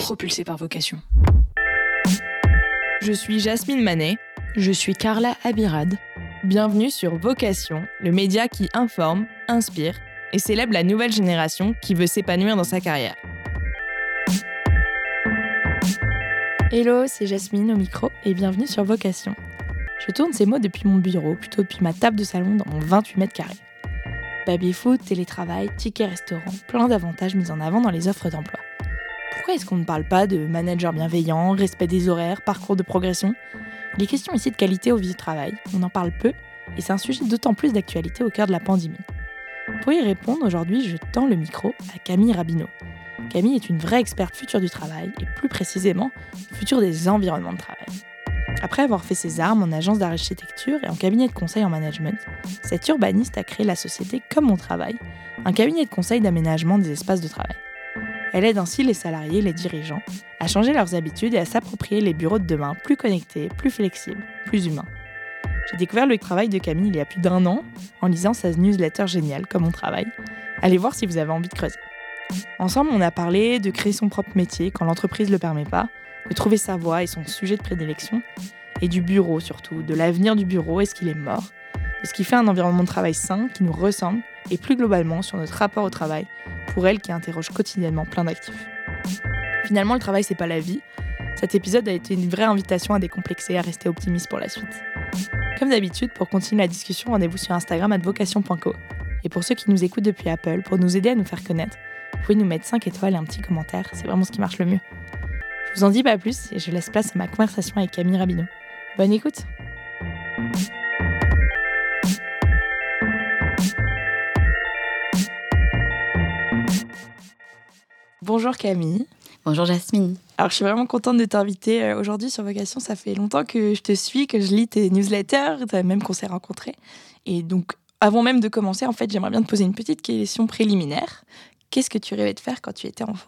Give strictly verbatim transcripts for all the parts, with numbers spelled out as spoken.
propulsé par vocation. Je suis Jasmine Manet. Je suis Carla Abirad. Bienvenue sur Vocation, le média qui informe, inspire et célèbre la nouvelle génération qui veut s'épanouir dans sa carrière. Hello, c'est Jasmine au micro et bienvenue sur Vocation. Je tourne ces mots depuis mon bureau, plutôt depuis ma table de salon dans mon vingt-huit mètres carrés. Baby-foot, télétravail, tickets restaurant, plein d'avantages mis en avant dans les offres d'emploi. Pourquoi est-ce qu'on ne parle pas de manager bienveillant, respect des horaires, parcours de progression ? Il est question ici de qualité au vie du travail, on en parle peu, et c'est un sujet d'autant plus d'actualité au cœur de la pandémie. Pour y répondre, aujourd'hui, je tends le micro à Camille Rabineau. Camille est une vraie experte future du travail, et plus précisément, future des environnements de travail. Après avoir fait ses armes en agence d'architecture et en cabinet de conseil en management, cette urbaniste a créé la société Comme Mon Travail, un cabinet de conseil d'aménagement des espaces de travail. Elle aide ainsi les salariés et les dirigeants à changer leurs habitudes et à s'approprier les bureaux de demain plus connectés, plus flexibles, plus humains. J'ai découvert le travail de Camille il y a plus d'un an en lisant sa newsletter géniale Comme Mon Travail. Allez voir si vous avez envie de creuser. Ensemble, on a parlé de créer son propre métier quand l'entreprise ne le permet pas, de trouver sa voie et son sujet de prédilection, et du bureau surtout, de l'avenir du bureau, est-ce qu'il est mort, de ce qui fait un environnement de travail sain qui nous ressemble, et plus globalement sur notre rapport au travail, pour elle qui interroge quotidiennement plein d'actifs. Finalement, le travail, c'est pas la vie. Cet épisode a été une vraie invitation à décomplexer et à rester optimiste pour la suite. Comme d'habitude, pour continuer la discussion, rendez-vous sur Instagram arobase vocation point co. Et pour ceux qui nous écoutent depuis Apple, pour nous aider à nous faire connaître, vous pouvez nous mettre cinq étoiles et un petit commentaire, c'est vraiment ce qui marche le mieux. Je vous en dis pas plus et je laisse place à ma conversation avec Camille Rabineau. Bonne écoute. Bonjour Camille. Bonjour Jasmine. Alors je suis vraiment contente de t'inviter aujourd'hui sur Vocation. Ça fait longtemps que je te suis, que je lis tes newsletters, même qu'on s'est rencontrés. Et donc avant même de commencer, en fait, j'aimerais bien te poser une petite question préliminaire. Qu'est-ce que tu rêvais de faire quand tu étais enfant ?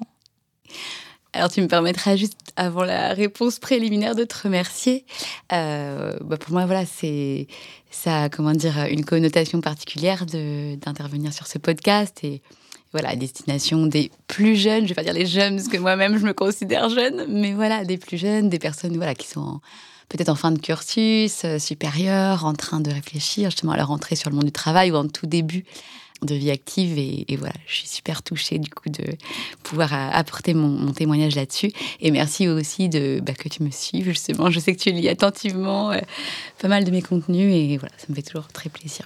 Alors, tu me permettras juste, avant la réponse préliminaire, de te remercier. Euh, bah pour moi, voilà, c'est ça, comment dire, une connotation particulière de, d'intervenir sur ce podcast et voilà, à destination des plus jeunes. Je vais pas dire les jeunes parce que moi-même je me considère jeune, mais voilà, des plus jeunes, des personnes voilà qui sont en, peut-être en fin de cursus euh, supérieur, en train de réfléchir justement à leur entrée sur le monde du travail ou en tout début de vie active et, et voilà, je suis super touchée du coup de pouvoir apporter mon, mon témoignage là-dessus et merci aussi de, bah, que tu me suives justement, je sais que tu lis attentivement euh, pas mal de mes contenus et voilà, ça me fait toujours très plaisir.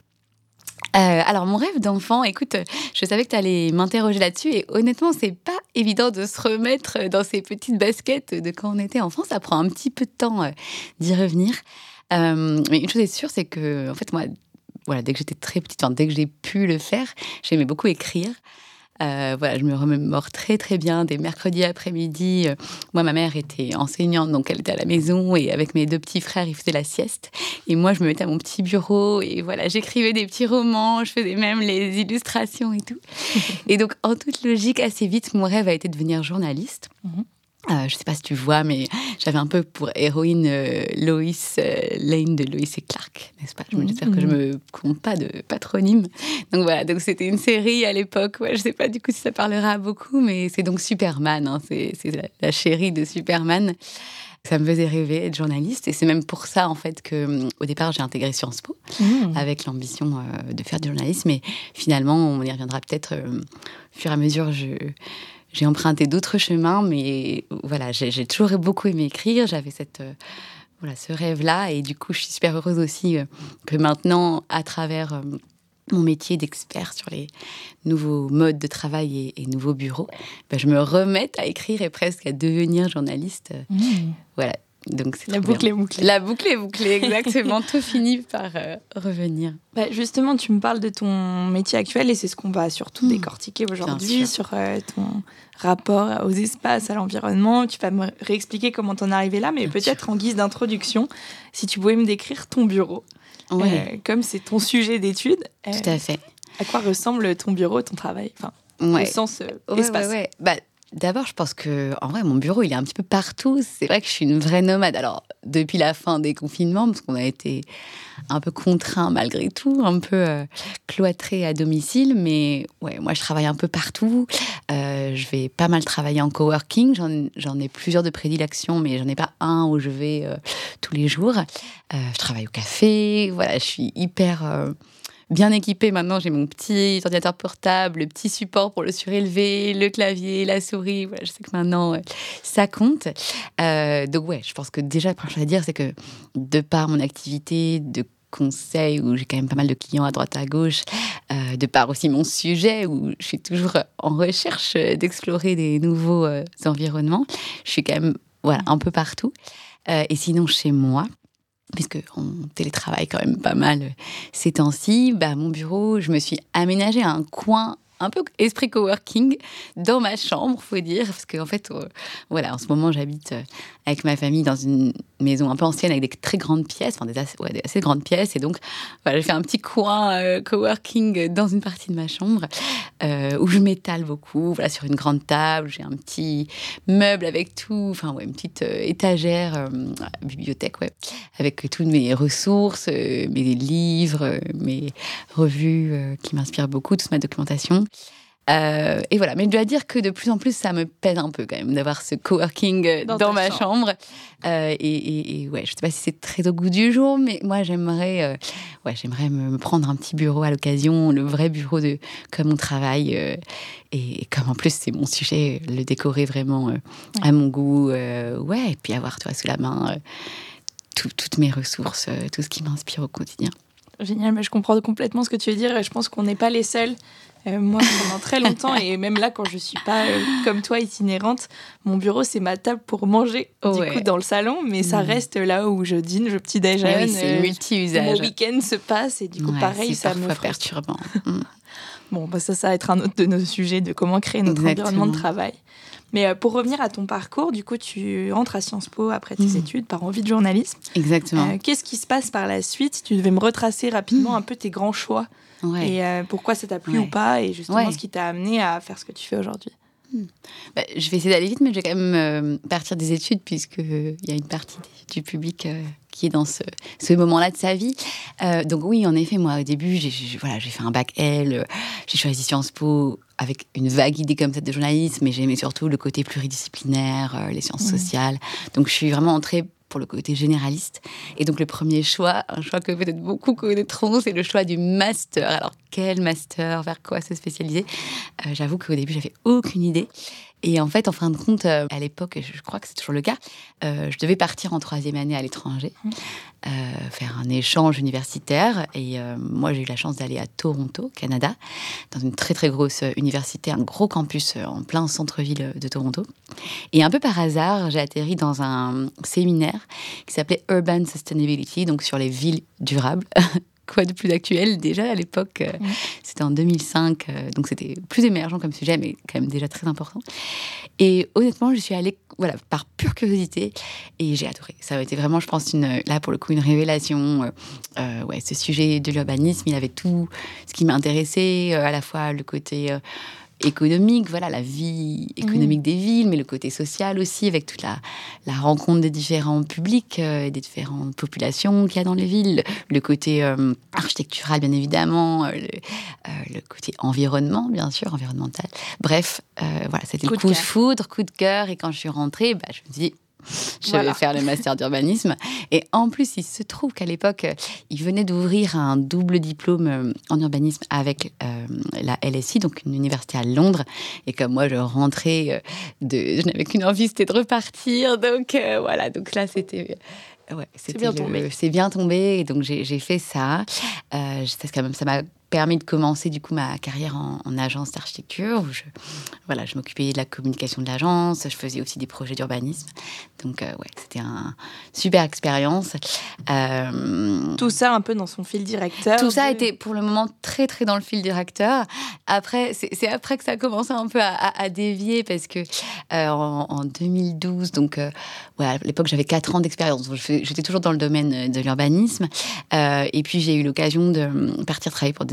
Euh, alors mon rêve d'enfant, écoute, je savais que tu allais m'interroger là-dessus et honnêtement c'est pas évident de se remettre dans ces petites baskets de quand on était enfant, ça prend un petit peu de temps euh, d'y revenir, euh, mais une chose est sûre, c'est que en fait moi Voilà, dès que j'étais très petite, enfin, dès que j'ai pu le faire, j'aimais beaucoup écrire. Euh, voilà, je me remémore très très bien des mercredis après-midi. Euh, moi, ma mère était enseignante, donc elle était à la maison et avec mes deux petits frères, ils faisaient la sieste. Et moi, je me mettais à mon petit bureau et voilà, j'écrivais des petits romans, je faisais même les illustrations et tout. Et donc, en toute logique, assez vite, mon rêve a été de devenir journaliste. Mm-hmm. Euh, je ne sais pas si tu vois, mais j'avais un peu pour héroïne euh, Lois euh, Lane de Lois et Clark, n'est-ce pas ? Je me j'espère que je ne me compte pas de patronyme. Donc voilà, donc c'était une série à l'époque. Ouais, je ne sais pas du coup si ça parlera à beaucoup, mais c'est donc Superman. Hein, c'est c'est la, la chérie de Superman. Ça me faisait rêver être journaliste et c'est même pour ça en fait que au départ j'ai intégré Sciences Po mmh. avec l'ambition euh, de faire du journalisme. Mais finalement, on y reviendra peut-être euh, au fur et à mesure. Je J'ai emprunté d'autres chemins, mais voilà, j'ai, j'ai toujours beaucoup aimé écrire. J'avais cette, euh, voilà, ce rêve-là. Et du coup, je suis super heureuse aussi euh, que maintenant, à travers euh, mon métier d'expert sur les nouveaux modes de travail et, et nouveaux bureaux, ben, je me remette à écrire et presque à devenir journaliste. Mmh. Voilà. Donc c'est la boucle bien. est bouclée. La boucle est bouclée, exactement. Tout finit par euh, revenir. Bah, justement, tu me parles de ton métier actuel et c'est ce qu'on va surtout mmh. décortiquer aujourd'hui sur euh, ton rapport aux espaces, à l'environnement. Tu vas me réexpliquer comment t'en es arrivé là, mais bien peut-être sûr. En guise d'introduction, si tu pouvais me décrire ton bureau. Ouais. Euh, comme c'est ton sujet d'étude. Tout euh, à fait. À quoi ressemble ton bureau, ton travail ? Enfin, ouais. au sens euh, ouais, espace. Ouais, ouais. Bah, D'abord, je pense que, en vrai, mon bureau, il est un petit peu partout. C'est vrai que je suis une vraie nomade. Alors, depuis la fin des confinements, parce qu'on a été un peu contraints malgré tout, un peu euh, cloîtrés à domicile. Mais ouais, moi, je travaille un peu partout. Euh, je vais pas mal travailler en coworking. J'en, j'en ai plusieurs de prédilection, mais j'en ai pas un où je vais euh, tous les jours. Euh, je travaille au café. Voilà, je suis hyper... Euh, bien équipée. Maintenant, j'ai mon petit ordinateur portable, le petit support pour le surélever, le clavier, la souris. Voilà, je sais que maintenant, euh, ça compte. Euh, donc, ouais, je pense que déjà, la première chose à dire, c'est que de par mon activité de conseil, où j'ai quand même pas mal de clients à droite à gauche, euh, de par aussi mon sujet, où je suis toujours en recherche d'explorer des nouveaux euh, environnements, je suis quand même voilà, un peu partout. Euh, et sinon, chez moi, puisqu'on télétravaille quand même pas mal ces temps-ci, bah, mon bureau, je me suis aménagé un coin un peu esprit coworking dans ma chambre, faut dire, parce qu'en fait, euh, voilà, en ce moment, j'habite euh, avec ma famille dans une maison un peu ancienne avec des très grandes pièces, enfin des assez, ouais, des assez grandes pièces, et donc voilà, j'ai fait un petit coin euh, coworking dans une partie de ma chambre euh, où je m'étale beaucoup, voilà, sur une grande table, j'ai un petit meuble avec tout, enfin ouais, une petite euh, étagère, euh, bibliothèque, ouais, avec toutes mes ressources, euh, mes livres, euh, mes revues euh, qui m'inspirent beaucoup, toute ma documentation. Euh, et voilà, mais je dois dire que de plus en plus, ça me pèse un peu quand même d'avoir ce coworking dans, dans ma chambre. chambre. Euh, et, et, et ouais, je sais pas si c'est très au goût du jour, mais moi j'aimerais, euh, ouais, j'aimerais me prendre un petit bureau à l'occasion, le vrai bureau de comme on travaille. Euh, et, et comme en plus c'est mon sujet, le décorer vraiment euh, ouais. à mon goût, euh, ouais, et puis avoir toi sous la main euh, tout, toutes mes ressources, euh, tout ce qui m'inspire au quotidien. Génial, mais je comprends complètement ce que tu veux dire et je pense qu'on n'est pas les seuls. Euh, moi, pendant très longtemps, et même là, quand je ne suis pas euh, comme toi, itinérante, mon bureau, c'est ma table pour manger, oh du ouais. coup, dans le salon, mais ça mmh. reste là où je dîne, je petit déjeune. Oui, c'est euh, multi-usage. Mon week-end se passe et du coup, ouais, pareil, ça me frustre. Perturbant. Bon, bah ça, ça va être un autre de nos sujets de comment créer notre Exactement. environnement de travail. Mais euh, pour revenir à ton parcours, du coup, tu rentres à Sciences Po après tes mmh. études par envie de journalisme. Exactement. Euh, qu'est-ce qui se passe par la suite si tu devais me retracer rapidement mmh. un peu tes grands choix ouais. et euh, pourquoi ça t'a plu ouais. ou pas et justement ouais. ce qui t'a amené à faire ce que tu fais aujourd'hui. Mmh. Bah, je vais essayer d'aller vite, mais je vais quand même euh, partir des études puisqu'il euh, y a une partie du public euh, qui est dans ce, ce moment-là de sa vie. Euh, donc oui, en effet, moi, au début, j'ai, j'ai, voilà, j'ai fait un bac L, euh, j'ai choisi Sciences Po avec une vague idée comme ça de journalisme, mais j'aimais surtout le côté pluridisciplinaire, euh, les sciences mmh. sociales. Donc je suis vraiment entrée pour le côté généraliste. Et donc, le premier choix, un choix que peut-être beaucoup connaîtront, c'est le choix du master. Alors, quel master? Vers quoi se spécialiser? euh, J'avoue qu'au début, j'avais aucune idée. Et en fait, en fin de compte, euh, à l'époque, je crois que c'est toujours le cas, euh, je devais partir en troisième année à l'étranger, euh, faire un échange universitaire. Et euh, moi, j'ai eu la chance d'aller à Toronto, Canada, dans une très, très grosse université, un gros campus en plein centre-ville de Toronto. Et un peu par hasard, j'ai atterri dans un séminaire qui s'appelait Urban Sustainability, donc sur les villes durables. Quoi de plus actuel déjà à l'époque, euh, mmh. c'était en deux mille cinq, euh, donc c'était plus émergent comme sujet, mais quand même déjà très important. Et honnêtement, je suis allée voilà, par pure curiosité et j'ai adoré. Ça a été vraiment, je pense, une, là pour le coup, une révélation. Euh, euh, ouais, ce sujet de l'urbanisme, il avait tout ce qui m'intéressait, euh, à la fois le côté... Euh, économique, voilà, la vie économique mmh. des villes, mais le côté social aussi, avec toute la, la rencontre des différents publics, euh, des différentes populations qu'il y a dans les villes, le côté euh, architectural, bien évidemment, euh, le, euh, le côté environnement, bien sûr, environnemental. Bref, euh, voilà, c'était coup le coup de, de foudre, coup de cœur, et quand je suis rentrée, bah, je me suis dit, je voilà. vais faire le master d'urbanisme. Et en plus, il se trouve qu'à l'époque, il venait d'ouvrir un double diplôme en urbanisme avec euh, la L S I, donc une université à Londres. Et comme moi, je rentrais, de, je n'avais qu'une envie, c'était de repartir. Donc euh, voilà, donc là, c'était... Ouais, c'était c'est bien le, tombé. C'est bien tombé, et donc j'ai, j'ai fait ça. Euh, ça, quand même, ça m'a permis de commencer du coup ma carrière en, en agence d'architecture où je, voilà, je m'occupais de la communication de l'agence, je faisais aussi des projets d'urbanisme. Donc euh, ouais, c'était une super expérience. Euh, tout ça un peu dans son fil directeur. Tout ça a été pour le moment très très dans le fil directeur. Après, c'est, c'est après que ça a commencé un peu à, à, à dévier parce que euh, en, en deux mille douze, donc euh, ouais, à l'époque j'avais quatre ans d'expérience. Donc, j'étais toujours dans le domaine de l'urbanisme. Euh, et puis j'ai eu l'occasion de partir travailler pour des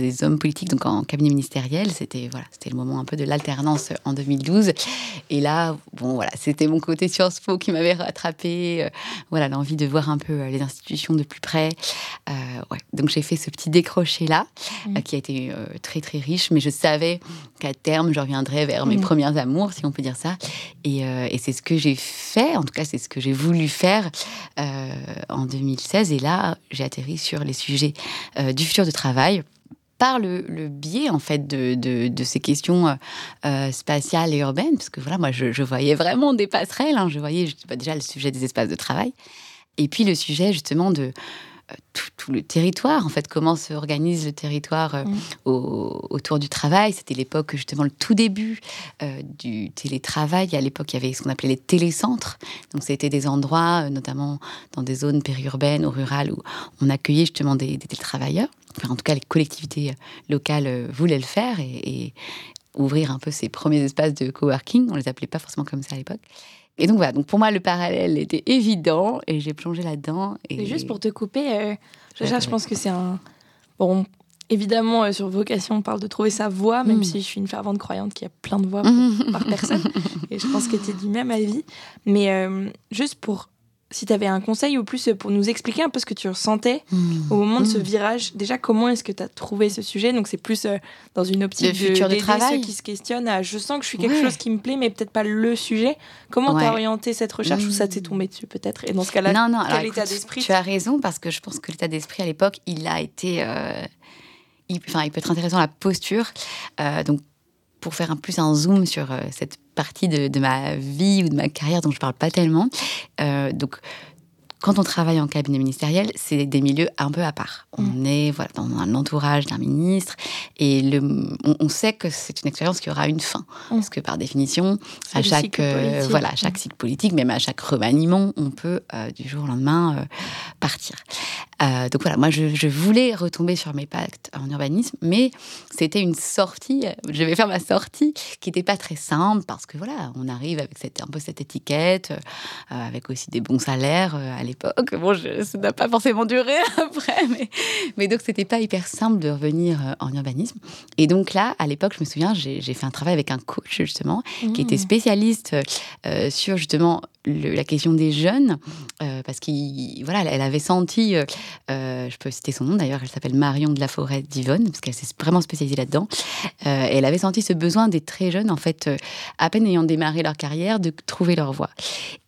des hommes politiques, donc en cabinet ministériel. C'était, voilà, c'était le moment un peu de l'alternance en deux mille douze. Et là, bon, voilà, c'était mon côté Sciences Po qui m'avait rattrapé. Euh, voilà, l'envie de voir un peu euh, les institutions de plus près. Euh, ouais. Donc, j'ai fait ce petit décroché-là, mmh. euh, qui a été euh, très, très riche. Mais je savais qu'à terme, je reviendrais vers mes mmh. premiers amours, si on peut dire ça. Et, euh, et c'est ce que j'ai fait. En tout cas, c'est ce que j'ai voulu faire euh, en deux mille seize. Et là, j'ai atterri sur les sujets euh, du futur de travail par le, le biais en fait de, de, de ces questions euh, spatiales et urbaines, parce que voilà, moi je, je voyais vraiment des passerelles, hein, je voyais je, bah, déjà le sujet des espaces de travail, et puis le sujet justement de euh, tout, tout le territoire, en fait, comment s'organise le territoire euh, mmh. au, autour du travail. C'était l'époque, justement, le tout début euh, du télétravail. À l'époque, il y avait ce qu'on appelait les télécentres. Donc, c'était des endroits, euh, notamment dans des zones périurbaines ou rurales, où on accueillait justement des, des télétravailleurs. Enfin, en tout cas, les collectivités locales euh, voulaient le faire et, et ouvrir un peu ces premiers espaces de coworking. On les appelait pas forcément comme ça à l'époque. Et donc voilà, donc pour moi le parallèle était évident et j'ai plongé là-dedans. Et, et juste pour te couper, euh, déjà je pense que c'est un... Bon, évidemment euh, sur Vocation on parle de trouver sa voie, même mmh. si je suis une fervente croyante qu'il y a plein de voies pour, par personne. Et je pense que tu dis même à la vie. Mais euh, juste pour... Si tu avais un conseil ou plus pour nous expliquer un peu ce que tu ressentais mmh. au moment de ce virage, déjà comment est-ce que tu as trouvé ce sujet? Donc c'est plus euh, dans une optique de futur de travail, ceux qui se questionnent à je sens que je suis quelque ouais. chose qui me plaît mais peut-être pas le sujet. Comment ouais. tu as orienté cette recherche mmh. ou ça t'est tombé dessus peut-être? Et dans ce cas-là, non, non, quel alors, état écoute, d'esprit? Tu as raison parce que je pense que l'état d'esprit à l'époque, il a été... Euh, il, enfin, il peut être intéressant la posture. Euh, donc pour faire un plus un zoom sur euh, cette partie de, de ma vie ou de ma carrière dont je parle pas tellement. Euh, donc quand on travaille en cabinet ministériel, c'est des milieux un peu à part. On mmh. est voilà, dans l'entourage d'un ministre et le, on, on sait que c'est une expérience qui aura une fin. Mmh. Parce que par définition, c'est à chaque, euh, voilà, à chaque mmh. cycle politique, même à chaque remaniement, on peut euh, du jour au lendemain euh, partir. Euh, donc voilà, moi je, je voulais retomber sur mes pattes en urbanisme, mais c'était une sortie, je vais faire ma sortie, qui n'était pas très simple parce que voilà, on arrive avec cette, un peu cette étiquette, euh, avec aussi des bons salaires euh, à l'époque. Bon, je, ça n'a pas forcément duré après, mais, mais donc c'était pas hyper simple de revenir euh, en urbanisme. Et donc là, à l'époque, je me souviens, j'ai, j'ai fait un travail avec un coach justement, mmh. qui était spécialiste euh, sur justement le, la question des jeunes, euh, parce qu'elle voilà, elle avait senti... Euh, Euh, je peux citer son nom d'ailleurs, elle s'appelle Marion de la Forêt d'Yvonne, parce qu'elle s'est vraiment spécialisée là-dedans. Euh, et elle avait senti ce besoin des très jeunes, en fait, euh, à peine ayant démarré leur carrière, de trouver leur voie.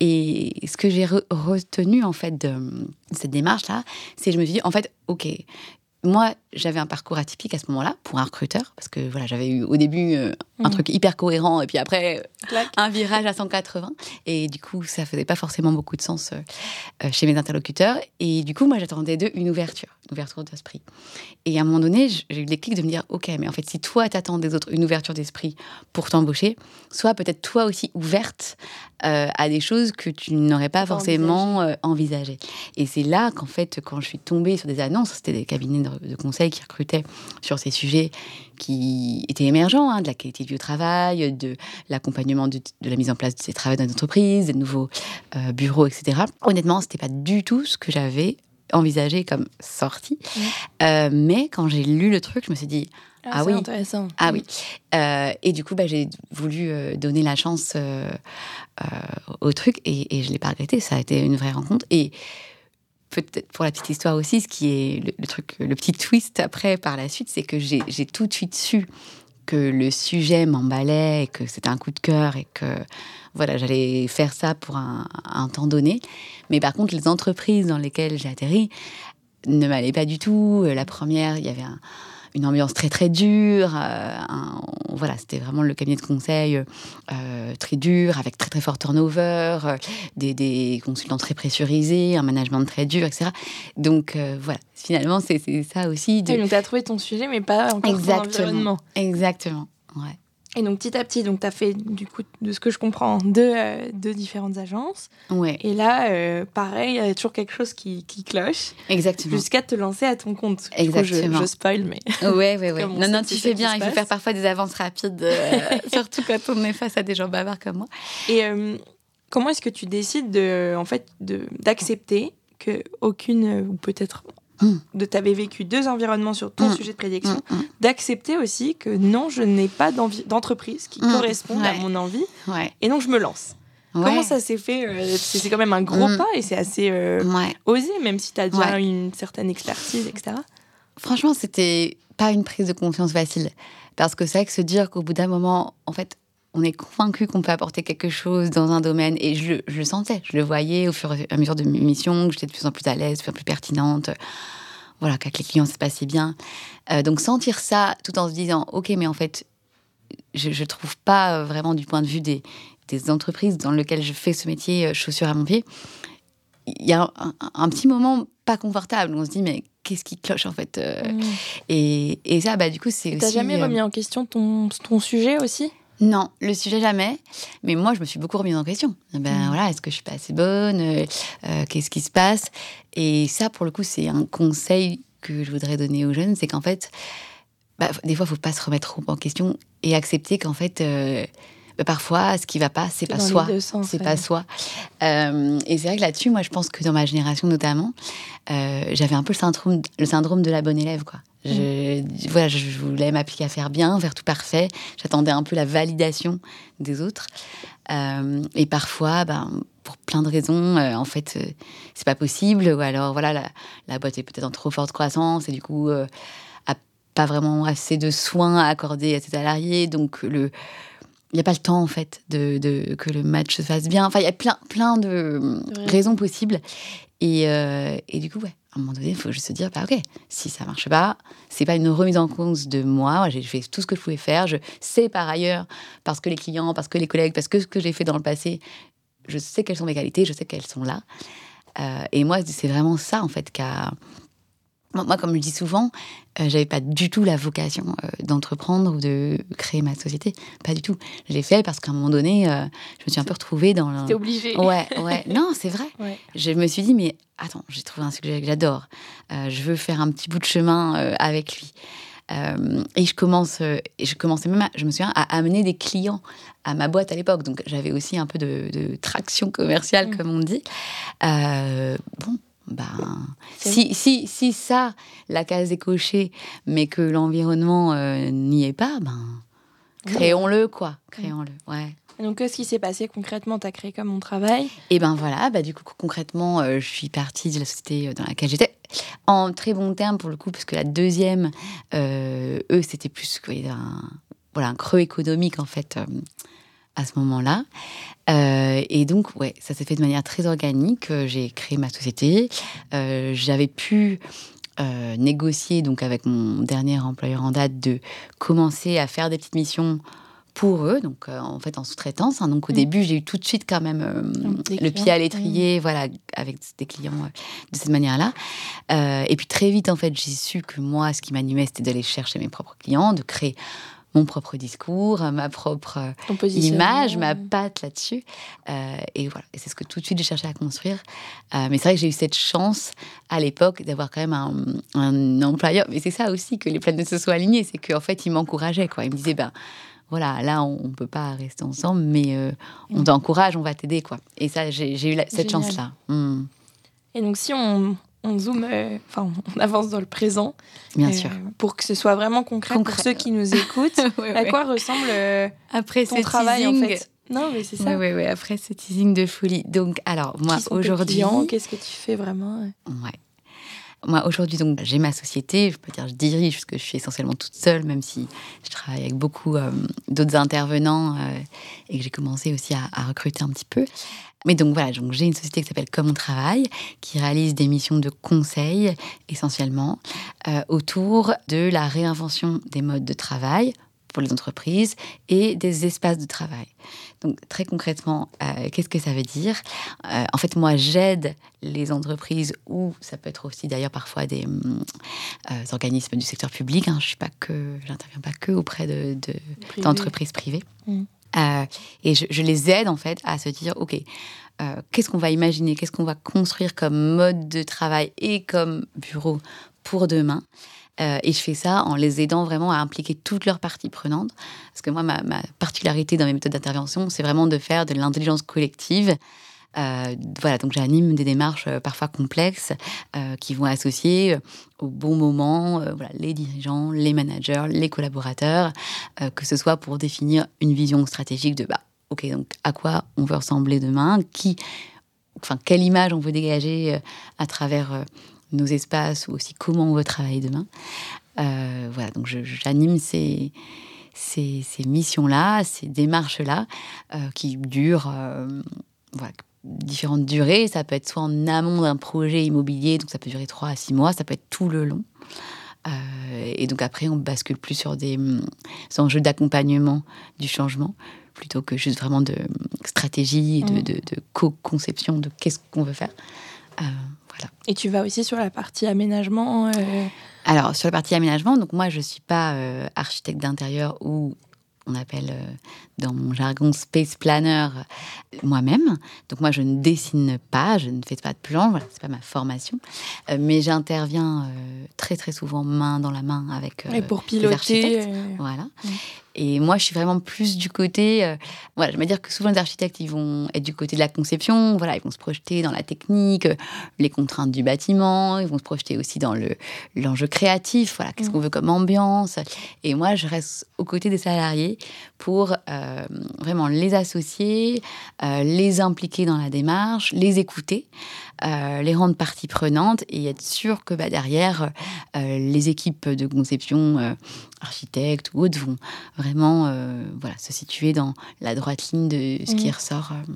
Et ce que j'ai re- retenu, en fait, de, de cette démarche-là, c'est que je me suis dit, en fait, ok, moi, j'avais un parcours atypique à ce moment-là pour un recruteur, parce que voilà, j'avais eu au début euh, un mmh. truc hyper cohérent, et puis après, euh, un virage à cent quatre-vingts. Et du coup, ça faisait pas forcément beaucoup de sens euh, chez mes interlocuteurs. Et du coup, moi, j'attendais d'eux une ouverture, une ouverture d'esprit. Et à un moment donné, j'ai eu le déclic de me dire, ok, mais en fait, si toi, t'attends des autres une ouverture d'esprit pour t'embaucher, sois peut-être toi aussi ouverte euh, à des choses que tu n'aurais pas, pas forcément envisagées. Euh, envisagées. Et c'est là qu'en fait, quand je suis tombée sur des annonces, c'était des cabinets de de conseil qui recrutaient sur ces sujets qui étaient émergents, hein, de la qualité de vie au travail, de l'accompagnement de, de la mise en place de ces travaux dans les entreprises, des nouveaux euh, bureaux, et cetera. Honnêtement, c'était pas du tout ce que j'avais envisagé comme sortie. Mmh. Euh, mais quand j'ai lu le truc, je me suis dit... Ah, ah c'est oui, intéressant. Ah mmh. oui. Euh, et du coup, bah, j'ai voulu euh, donner la chance euh, euh, au truc et, et je l'ai pas regretté. Ça a été une vraie rencontre. Et peut-être pour la petite histoire aussi, ce qui est le, le truc, le petit twist après, par la suite, c'est que j'ai, j'ai tout de suite su que le sujet m'emballait et que c'était un coup de cœur et que voilà, j'allais faire ça pour un, un temps donné. Mais par contre, les entreprises dans lesquelles j'ai atterri ne m'allaient pas du tout. La première, il y avait un, une ambiance très très dure. Euh, un, voilà, c'était vraiment le cabinet de conseil euh, très dur, avec très très fort turnover, euh, des, des consultants très pressurisés, un management très dur, et cetera. Donc euh, voilà, finalement c'est, c'est ça aussi. De... Et donc tu as trouvé ton sujet, mais pas encore Exactement. ton environnement. Exactement, ouais. Et donc, petit à petit, tu as fait, du coup, de ce que je comprends, deux, euh, deux différentes agences. Ouais. Et là, euh, pareil, il y a toujours quelque chose qui, qui cloche. Exactement. Jusqu'à te lancer à ton compte. Exactement. Du coup, je, je spoil, mais... Ouais, ouais, ouais. Non, non, tu fais bien. Il faut faire parfois des avances rapides, euh, surtout quand on est face à des gens bavards comme moi. Et euh, comment est-ce que tu décides, de, en fait, de, d'accepter qu'aucune, ou peut-être mmh. de t'avais vécu deux environnements sur ton mmh. sujet de prédilection, mmh. d'accepter aussi que non, je n'ai pas d'entreprise qui mmh. corresponde ouais. à mon envie, ouais. et donc je me lance. Ouais. Comment ça s'est fait euh, c'est, c'est quand même un gros mmh. pas et c'est assez euh, ouais. osé, même si tu as déjà ouais. une certaine expertise, et cetera. Franchement, c'était pas une prise de confiance facile. Parce que c'est vrai que se dire qu'au bout d'un moment, en fait, on est convaincu qu'on peut apporter quelque chose dans un domaine. Et je, je le sentais, je le voyais au fur et à mesure de mes missions, que j'étais de plus en plus à l'aise, de plus en plus pertinente. Voilà, qu'avec les clients, ça se passait bien. Euh, donc sentir ça tout en se disant, OK, mais en fait, je ne trouve pas vraiment du point de vue des... des entreprises dans lesquelles je fais ce métier, chaussures à mon pied, il y a un, un, un petit moment pas confortable où on se dit mais qu'est-ce qui cloche en fait euh, mmh. et, et ça bah du coup c'est et aussi... T'as jamais euh... remis en question ton, ton sujet aussi ? Non, le sujet jamais, mais moi je me suis beaucoup remise en question. Ben mmh. voilà, est-ce que je suis pas assez bonne euh, euh, qu'est-ce qui se passe ? Et ça pour le coup c'est un conseil que je voudrais donner aux jeunes, c'est qu'en fait bah, des fois il faut pas se remettre trop en question et accepter qu'en fait euh, parfois, ce qui va pas, c'est pas soi. Sens, c'est ouais. pas soi. Euh, et c'est vrai que là-dessus, moi, je pense que dans ma génération notamment, euh, j'avais un peu le syndrome, le syndrome de la bonne élève, quoi. Je, mmh. voilà, je voulais m'appliquer à faire bien, faire tout parfait. J'attendais un peu la validation des autres. Euh, et parfois, ben, pour plein de raisons, euh, en fait, euh, c'est pas possible. Ou alors, voilà, la, la boîte est peut-être en trop forte croissance et du coup, euh, a pas vraiment assez de soins à accorder à ses salariés. Donc, le il n'y a pas le temps, en fait, de, de, que le match se fasse bien. Enfin, il y a plein, plein de ouais. raisons possibles. Et, euh, et du coup, ouais, à un moment donné, il faut juste se dire, bah, OK, si ça ne marche pas, ce n'est pas une remise en cause de moi. J'ai fait tout ce que je pouvais faire. Je sais par ailleurs, parce que les clients, parce que les collègues, parce que ce que j'ai fait dans le passé, je sais quelles sont mes qualités, je sais qu'elles sont là. Euh, et moi, c'est vraiment ça, en fait, qu'a... Moi, comme je le dis souvent, euh, j'avais pas du tout la vocation euh, d'entreprendre ou de créer ma société. Pas du tout. Je l'ai fait parce qu'à un moment donné, euh, je me suis un peu retrouvée dans... Le... C'était obligé. Ouais, ouais. Non, c'est vrai. Ouais. Je me suis dit, mais attends, j'ai trouvé un sujet que j'adore. Euh, je veux faire un petit bout de chemin euh, avec lui. Euh, et je commence, euh, et je commençais même, à, je me souviens, à amener des clients à ma boîte à l'époque. Donc, j'avais aussi un peu de, de traction commerciale, mmh. comme on dit. Euh, bon. Ben, si, si, si ça, la case est cochée, mais que l'environnement euh, n'y est pas, ben, créons-le, quoi. Créons-le, ouais. Et donc, qu'est-ce qui s'est passé concrètement ? Tu as créé comme mon travail ? Et ben voilà, bah, du coup, concrètement, euh, je suis partie de la société dans laquelle j'étais. En très bon terme, pour le coup, parce que la deuxième, euh, eux, c'était plus un, voilà, un creux économique, en fait, euh, à ce moment-là. Euh, et donc, ouais, ça s'est fait de manière très organique. Euh, j'ai créé ma société. Euh, j'avais pu euh, négocier donc avec mon dernier employeur en date de commencer à faire des petites missions pour eux, donc euh, en fait en sous-traitance. Hein. Donc au mmh. début, j'ai eu tout de suite quand même euh, le clients. pied à l'étrier, mmh. voilà, avec des clients euh, de cette manière-là. Euh, et puis très vite, en fait, j'ai su que moi, ce qui m'animait, c'était d'aller chercher mes propres clients, de créer mon propre discours, ma propre image, ma patte là-dessus. Euh, et voilà, et c'est ce que tout de suite j'ai cherché à construire. Euh, mais c'est vrai que j'ai eu cette chance à l'époque d'avoir quand même un, un employeur. Mais c'est ça aussi que les planètes se soient alignées, c'est qu'en fait, il m'encourageait, quoi. Il me disait, ben voilà, là, on ne peut pas rester ensemble, mais euh, on t'encourage, on va t'aider, quoi. Et ça, j'ai, j'ai eu la, cette Génial. chance-là. Mmh. Et donc, si on... on zoome, enfin, euh, on avance dans le présent. Bien euh, sûr. Pour que ce soit vraiment concret, concret. Pour ceux qui nous écoutent. ouais, à ouais. quoi ressemble euh, Après ton travail, teasing... en fait ? Non, mais c'est ça. Oui, oui, oui. Après ce teasing de folie. Donc, alors, moi, qui sont aujourd'hui... tes clients ? Qu'est-ce que tu fais vraiment ? Ouais. Moi, aujourd'hui, donc, j'ai ma société. Je peux dire, je dirige, parce que je suis essentiellement toute seule, même si je travaille avec beaucoup euh, d'autres intervenants euh, et que j'ai commencé aussi à, à recruter un petit peu. Mais donc, voilà, donc, j'ai une société qui s'appelle Comme on travaille, qui réalise des missions de conseil, essentiellement, euh, autour de la réinvention des modes de travail pour les entreprises et des espaces de travail. Donc, très concrètement, euh, qu'est-ce que ça veut dire ? euh, En fait, moi, j'aide les entreprises, ou ça peut être aussi d'ailleurs parfois des euh, organismes du secteur public. Hein, je suis pas que, j'interviens pas que auprès de, de, Privé. d'entreprises privées. Mmh. Euh, et je, je les aide, en fait, à se dire, OK, euh, qu'est-ce qu'on va imaginer ? Qu'est-ce qu'on va construire comme mode de travail et comme bureau pour demain ? Euh, et je fais ça en les aidant vraiment à impliquer toutes leurs parties prenantes. Parce que moi, ma, ma particularité dans mes méthodes d'intervention, c'est vraiment de faire de l'intelligence collective Euh, voilà, donc j'anime des démarches euh, parfois complexes euh, qui vont associer euh, au bon moment euh, voilà, les dirigeants, les managers, les collaborateurs, euh, que ce soit pour définir une vision stratégique de bah, ok, donc à quoi on veut ressembler demain, qui, enfin, quelle image on veut dégager euh, à travers euh, nos espaces, ou aussi comment on veut travailler demain. Euh, voilà, donc je, j'anime ces, ces, ces missions-là, ces démarches-là, euh, qui durent euh, voilà, différentes durées. Ça peut être soit en amont d'un projet immobilier, donc ça peut durer trois à six mois, ça peut être tout le long. Euh, et donc après, on bascule plus sur des, des enjeux d'accompagnement du changement, plutôt que juste vraiment de stratégie, de, de, de co-conception de qu'est-ce qu'on veut faire. Euh, voilà. Et tu vas aussi sur la partie aménagement euh... Alors, sur la partie aménagement, donc moi, je ne suis pas euh, architecte d'intérieur ou on appelle euh, dans mon jargon space planner euh, moi-même. Donc moi, je ne dessine pas, je ne fais pas de plan, voilà, ce n'est pas ma formation. Euh, mais j'interviens euh, très, très souvent main dans la main avec euh, Et pour piloter, les architectes. Euh... Voilà. Ouais. Et moi, je suis vraiment plus du côté... Euh, voilà, je vais dire que souvent, les architectes, ils vont être du côté de la conception. Voilà, ils vont se projeter dans la technique, les contraintes du bâtiment. Ils vont se projeter aussi dans le, l'enjeu créatif. Voilà, qu'est-ce mmh. qu'on veut comme ambiance. Et moi, je reste aux côtés des salariés pour euh, vraiment les associer, euh, les impliquer dans la démarche, les écouter, euh, les rendre partie prenante et être sûr que bah, derrière, euh, les équipes de conception, euh, architectes ou autres, vont vraiment euh, voilà, se situer dans la droite ligne de ce mmh. qui ressort euh,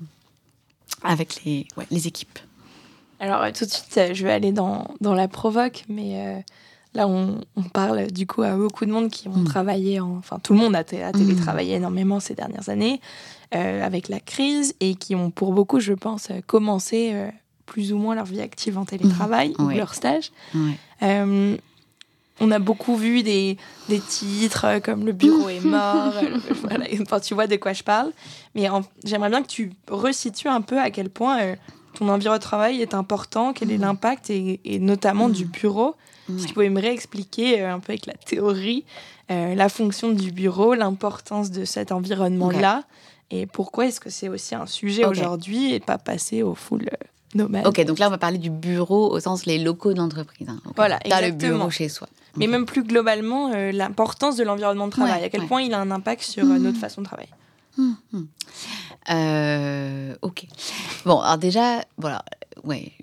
avec les, ouais, les équipes. Alors tout de suite, je vais aller dans, dans la provoque, mais euh, là on, on parle du coup à beaucoup de monde qui ont mmh. travaillé, en, enfin tout le monde a, t- a télétravaillé mmh. énormément ces dernières années euh, avec la crise et qui ont pour beaucoup, je pense, commencé euh, plus ou moins leur vie active en télétravail mmh. ou ouais. leur stage. Ouais. Euh, On a beaucoup vu des, des titres comme « Le bureau est mort », voilà, enfin, tu vois de quoi je parle. Mais en, j'aimerais bien que tu resitues un peu à quel point euh, ton environnement de travail est important, quel est l'impact, et, et notamment mmh. du bureau. Ouais. Si tu pouvais me réexpliquer euh, un peu avec la théorie, euh, la fonction du bureau, l'importance de cet environnement-là, okay. et pourquoi est-ce que c'est aussi un sujet okay. aujourd'hui et pas passer au full... Euh, nomade. Ok, donc là, on va parler du bureau au sens les locaux d'entreprise. Hein. Okay. Voilà, T'as exactement. le bureau chez soi. Mais okay. même plus globalement, euh, l'importance de l'environnement de travail. Ouais, à quel ouais. point il a un impact sur mmh. notre façon de travailler. Mmh. Euh, ok. Bon, alors déjà, voilà, ouais.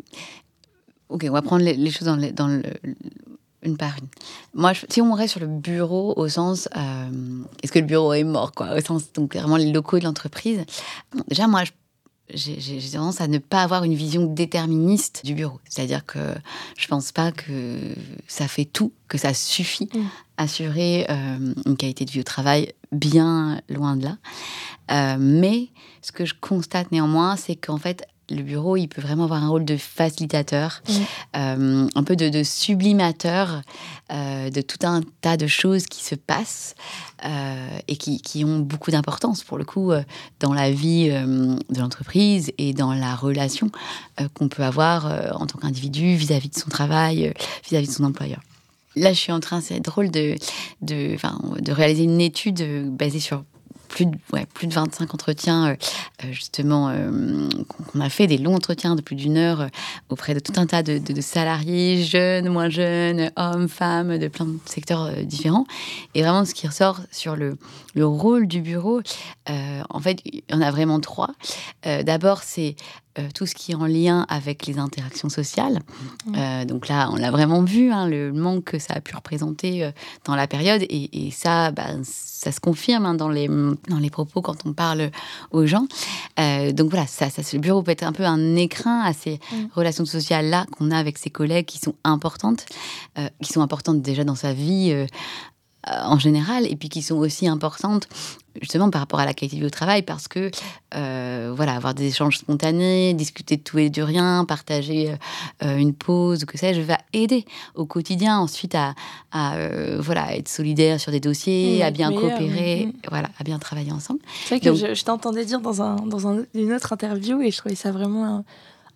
Ok, on va prendre les, les choses dans, les, dans le, une par une. Moi, je, si on reste sur le bureau au sens, euh, est-ce que le bureau est mort, quoi, au sens donc vraiment les locaux de l'entreprise. Bon, déjà, moi, je J'ai, j'ai tendance à ne pas avoir une vision déterministe du bureau. C'est-à-dire que je ne pense pas que ça fait tout, que ça suffit mmh. à assurer euh, une qualité de vie au travail, bien loin de là. Euh, mais ce que je constate néanmoins, c'est qu'en fait, le bureau, il peut vraiment avoir un rôle de facilitateur, mmh. euh, un peu de, de sublimateur euh, de tout un tas de choses qui se passent euh, et qui, qui ont beaucoup d'importance, pour le coup, euh, dans la vie euh, de l'entreprise et dans la relation euh, qu'on peut avoir euh, en tant qu'individu vis-à-vis de son travail, euh, vis-à-vis de son employeur. Là, je suis en train, c'est drôle, de, de, enfin, de réaliser une étude basée sur Plus de, ouais, plus de vingt-cinq entretiens, euh, justement, euh, qu'on a fait, des longs entretiens de plus d'une heure euh, auprès de tout un tas de, de, de salariés, jeunes, moins jeunes, hommes, femmes, de plein de secteurs euh, différents. Et vraiment, ce qui ressort sur le, le rôle du bureau, euh, en fait, il y en a vraiment trois. Euh, d'abord, c'est euh, tout ce qui est en lien avec les interactions sociales. Mmh. Euh, donc là, on l'a vraiment vu, hein, le manque que ça a pu représenter euh, dans la période. Et, et ça, bah, ça se confirme hein, dans les... dans les propos quand on parle aux gens. Euh, donc voilà, ça, ça, le bureau peut être un peu un écrin à ces mmh. relations sociales-là qu'on a avec ses collègues qui sont importantes, euh, qui sont importantes déjà dans sa vie euh, en général, et puis qui sont aussi importantes justement par rapport à la qualité de vie au travail, parce que euh, voilà, avoir des échanges spontanés, discuter de tout et de rien, partager euh, une pause, que sais-je, va aider au quotidien ensuite à, à euh, voilà, être solidaire sur des dossiers, mmh, à bien meilleur, coopérer, mmh. voilà, à bien travailler ensemble. C'est vrai que Donc, je, je t'entendais dire dans, un, dans un, une autre interview et je trouvais ça vraiment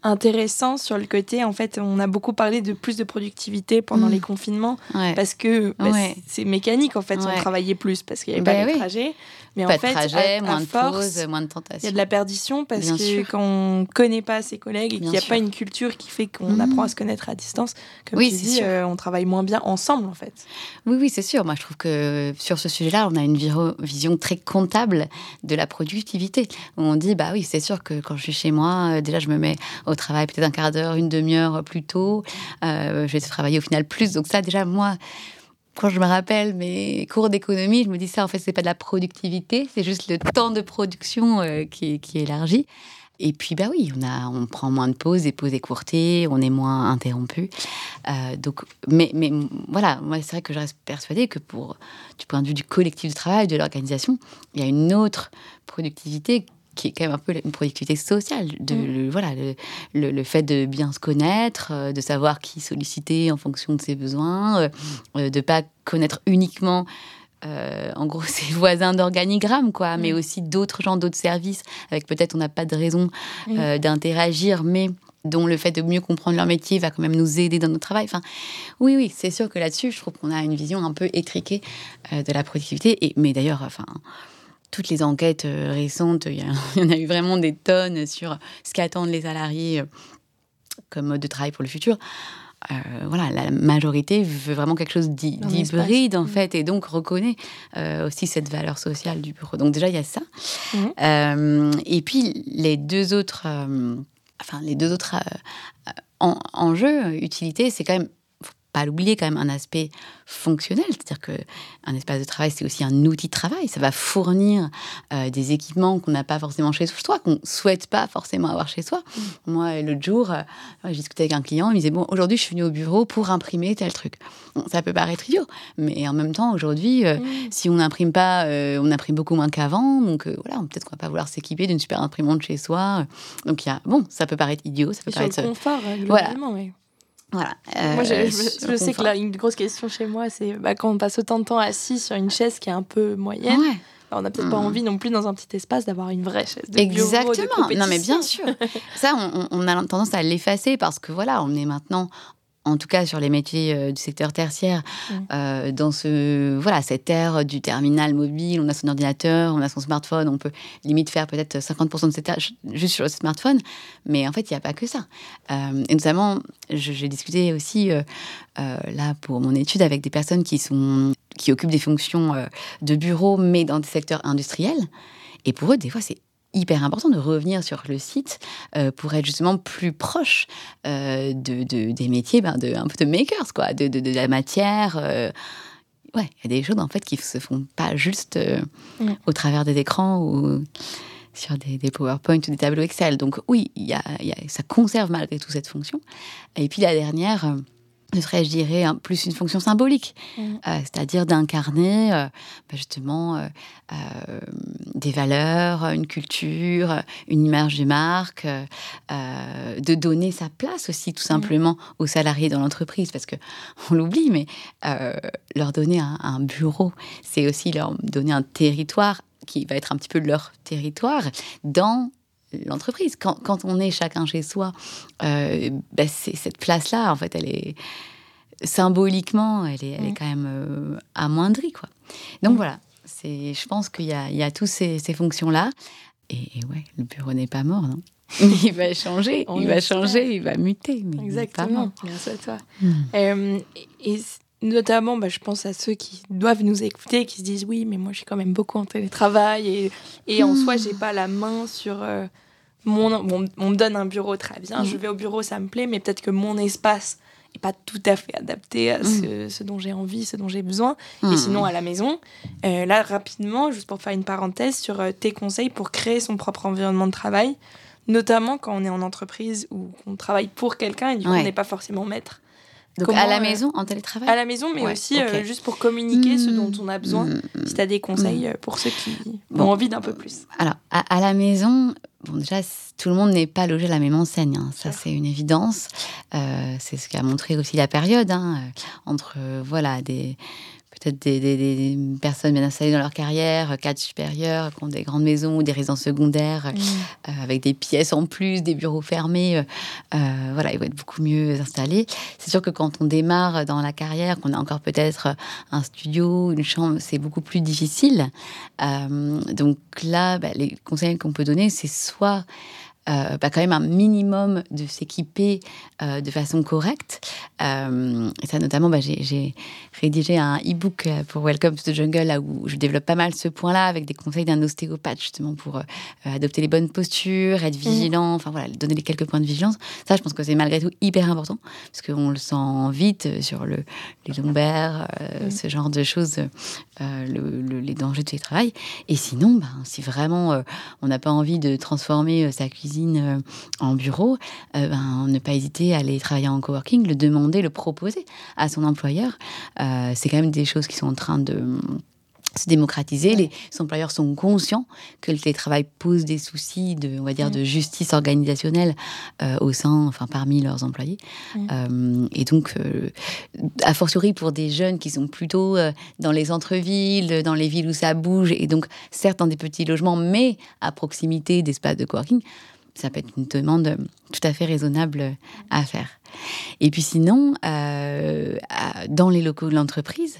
intéressant sur le côté, en fait, on a beaucoup parlé de plus de productivité pendant mmh. les confinements, ouais. parce que bah, ouais. c'est, c'est mécanique, en fait, ouais. on travaillait plus, parce qu'il n'y avait bah, pas oui. les trajets. Mais pas en fait, de trajet, à, moins à de force, pause, moins de tentation. Il y a de la perdition, parce Bien que sûr. quand on ne connaît pas ses collègues et Bien qu'il n'y a sûr. pas une culture qui fait qu'on mmh. apprend à se connaître à distance, comme oui, tu dis, euh, on travaille moins bien ensemble, en fait. Oui, oui, c'est sûr. Moi, je trouve que sur ce sujet-là, on a une viro- vision très comptable de la productivité. Où on dit, bah oui, c'est sûr que quand je suis chez moi, euh, déjà, je me mets au travail peut-être un quart d'heure, une demi-heure plus tôt. Euh, je vais travailler au final plus. Donc ça, déjà, moi... Quand je me rappelle mes cours d'économie, je me dis ça, en fait, c'est pas de la productivité, c'est juste le temps de production euh, qui, qui est élargi. Et puis, bah oui, on, a, on prend moins de pauses, des pauses écourtées, on est moins interrompu. Euh, donc, mais, mais voilà, moi, c'est vrai que je reste persuadée que pour, du point de vue du collectif de travail, de l'organisation, il y a une autre productivité qui est quand même un peu une productivité sociale, de, mmh. le, voilà, le, le, le fait de bien se connaître, euh, de savoir qui solliciter en fonction de ses besoins, euh, euh, de ne pas connaître uniquement, euh, en gros, ses voisins d'organigramme, quoi, mmh. mais aussi d'autres gens, d'autres services, avec peut-être on n'a pas de raison euh, mmh. d'interagir, mais dont le fait de mieux comprendre leur métier va quand même nous aider dans notre travail. Enfin, oui, oui, c'est sûr que là-dessus, je trouve qu'on a une vision un peu étriquée euh, de la productivité, et, mais d'ailleurs, enfin... Toutes les enquêtes euh, récentes, il y, y en a eu vraiment des tonnes sur ce qu'attendent les salariés euh, comme mode de travail pour le futur. Euh, voilà, la majorité veut vraiment quelque chose d'i- d'hybride, en fait, et donc reconnaît euh, aussi cette valeur sociale du bureau. Donc déjà, il y a ça. Mmh. Euh, et puis, les deux autres, euh, enfin, les deux autres euh, en, enjeux, utilités, c'est quand même... pas l'oublier, quand même un aspect fonctionnel, c'est-à-dire qu'un espace de travail, c'est aussi un outil de travail, ça va fournir euh, des équipements qu'on n'a pas forcément chez soi, qu'on ne souhaite pas forcément avoir chez soi. Mmh. Moi, l'autre jour, euh, j'ai discuté avec un client, il me disait, bon, aujourd'hui, je suis venue au bureau pour imprimer tel truc. Bon, ça peut paraître idiot, mais en même temps, aujourd'hui, euh, mmh. si on n'imprime pas, euh, on imprime beaucoup moins qu'avant, donc euh, voilà, peut-être qu'on ne va pas vouloir s'équiper d'une super imprimante chez soi. Donc, il y a, bon, ça peut paraître idiot, ça peut Et paraître... sur le confort, globalement, voilà. oui. Voilà. Euh, moi, je, je, je sais que là, une grosse question chez moi, c'est bah, quand on passe autant de temps assis sur une chaise qui est un peu moyenne, ouais. bah, on n'a peut-être mmh. pas envie non plus dans un petit espace d'avoir une vraie chaise de Exactement. bureau, de compétition. Non, mais bien sûr. Ça, on, on a tendance à l'effacer parce que voilà, on est maintenant... en tout cas sur les métiers euh, du secteur tertiaire, mmh. euh, dans ce, voilà, cette ère du terminal mobile, on a son ordinateur, on a son smartphone, on peut limite faire peut-être cinquante pour cent de ses tâches juste sur le smartphone, mais en fait, il n'y a pas que ça. Euh, et notamment, je, j'ai discuté aussi, euh, euh, là, pour mon étude, avec des personnes qui, sont, qui occupent des fonctions euh, de bureau, mais dans des secteurs industriels, et pour eux, des fois, c'est hyper important de revenir sur le site euh, pour être justement plus proche euh, de, de, des métiers, ben de, un peu de makers, quoi, de, de, de la matière. Euh, ouais, il y a des choses en fait qui ne se font pas juste euh, mmh. au travers des écrans ou sur des, des PowerPoint ou des tableaux Excel. Donc oui, y a, y a, ça conserve malgré tout cette fonction. Et puis la dernière... Euh, ce serait, je dirais, hein, plus une fonction symbolique, mmh. euh, c'est-à-dire d'incarner euh, bah justement euh, euh, des valeurs, une culture, une image de marque, euh, de donner sa place aussi tout simplement mmh. aux salariés dans l'entreprise, parce qu'on l'oublie, mais euh, leur donner un, un bureau, c'est aussi leur donner un territoire qui va être un petit peu leur territoire dans l'entreprise. Quand, quand on est chacun chez soi, euh, bah c'est, cette place-là, en fait, elle est symboliquement, elle est, elle est quand même euh, amoindrie, quoi. Donc mmh. voilà, c'est, je pense qu'il y a, il y a tous ces, ces fonctions-là. Et, et ouais, le bureau n'est pas mort, non? Il va changer, il va changer, il va muter. Mais exactement, merci à toi. Mmh. Euh, et, et notamment, bah, je pense à ceux qui doivent nous écouter, qui se disent oui, mais moi, je suis quand même beaucoup en télétravail et, et mmh. en soi, j'ai pas la main sur euh, mon, mon... On me donne un bureau, très bien, mmh. je vais au bureau, ça me plaît, mais peut-être que mon espace n'est pas tout à fait adapté à mmh. ce, ce dont j'ai envie, ce dont j'ai besoin. Mmh. Et sinon, à la maison, euh, là, rapidement, juste pour faire une parenthèse sur euh, tes conseils pour créer son propre environnement de travail, notamment quand on est en entreprise ou qu'on travaille pour quelqu'un et du coup, ouais. on n'est pas forcément maître. Donc comment, à la maison, euh, en télétravail? À la maison, mais ouais, aussi okay. euh, juste pour communiquer mmh. ce dont on a besoin. Mmh. Si tu as des conseils mmh. pour ceux qui bon. ont envie d'un peu plus. Alors, à, à la maison, bon, déjà, tout le monde n'est pas logé à la même enseigne. Hein. Ça, c'est une évidence. Euh, c'est ce qu'a montré aussi la période, hein, entre, euh, voilà, des... peut-être des, des, des personnes bien installées dans leur carrière, cadres supérieurs, qui ont des grandes maisons ou des résidences secondaires, mmh. euh, avec des pièces en plus, des bureaux fermés. Euh, voilà, ils vont être beaucoup mieux installés. C'est sûr que quand on démarre dans la carrière, qu'on a encore peut-être un studio, une chambre, c'est beaucoup plus difficile. Euh, donc là, bah, les conseils qu'on peut donner, c'est soit Euh, bah, quand même un minimum de s'équiper euh, de façon correcte. Euh, et ça, notamment, bah, j'ai, j'ai rédigé un e-book pour Welcome to the Jungle, là où je développe pas mal ce point-là, avec des conseils d'un ostéopathe, justement, pour euh, adopter les bonnes postures, être vigilant, enfin voilà, donner les quelques points de vigilance. Ça, je pense que c'est malgré tout hyper important, parce qu'on le sent vite sur le, les lombaires, euh, mmh. ce genre de choses, euh, le, le, les dangers de télétravail. Et sinon, bah, si vraiment euh, on n'a pas envie de transformer euh, sa cuisine en bureau, euh, ben, ne pas hésiter à aller travailler en coworking, le demander, le proposer à son employeur. Euh, c'est quand même des choses qui sont en train de se démocratiser. Ouais. Les employeurs sont conscients que le télétravail pose des soucis de, on va dire, mmh. de justice organisationnelle euh, au sein, enfin parmi leurs employés. Mmh. Euh, et donc, euh, a fortiori pour des jeunes qui sont plutôt euh, dans les centres-villes, dans les villes où ça bouge, et donc certes dans des petits logements, mais à proximité d'espaces de coworking, ça peut être une demande tout à fait raisonnable à faire. Et puis sinon, euh, dans les locaux de l'entreprise,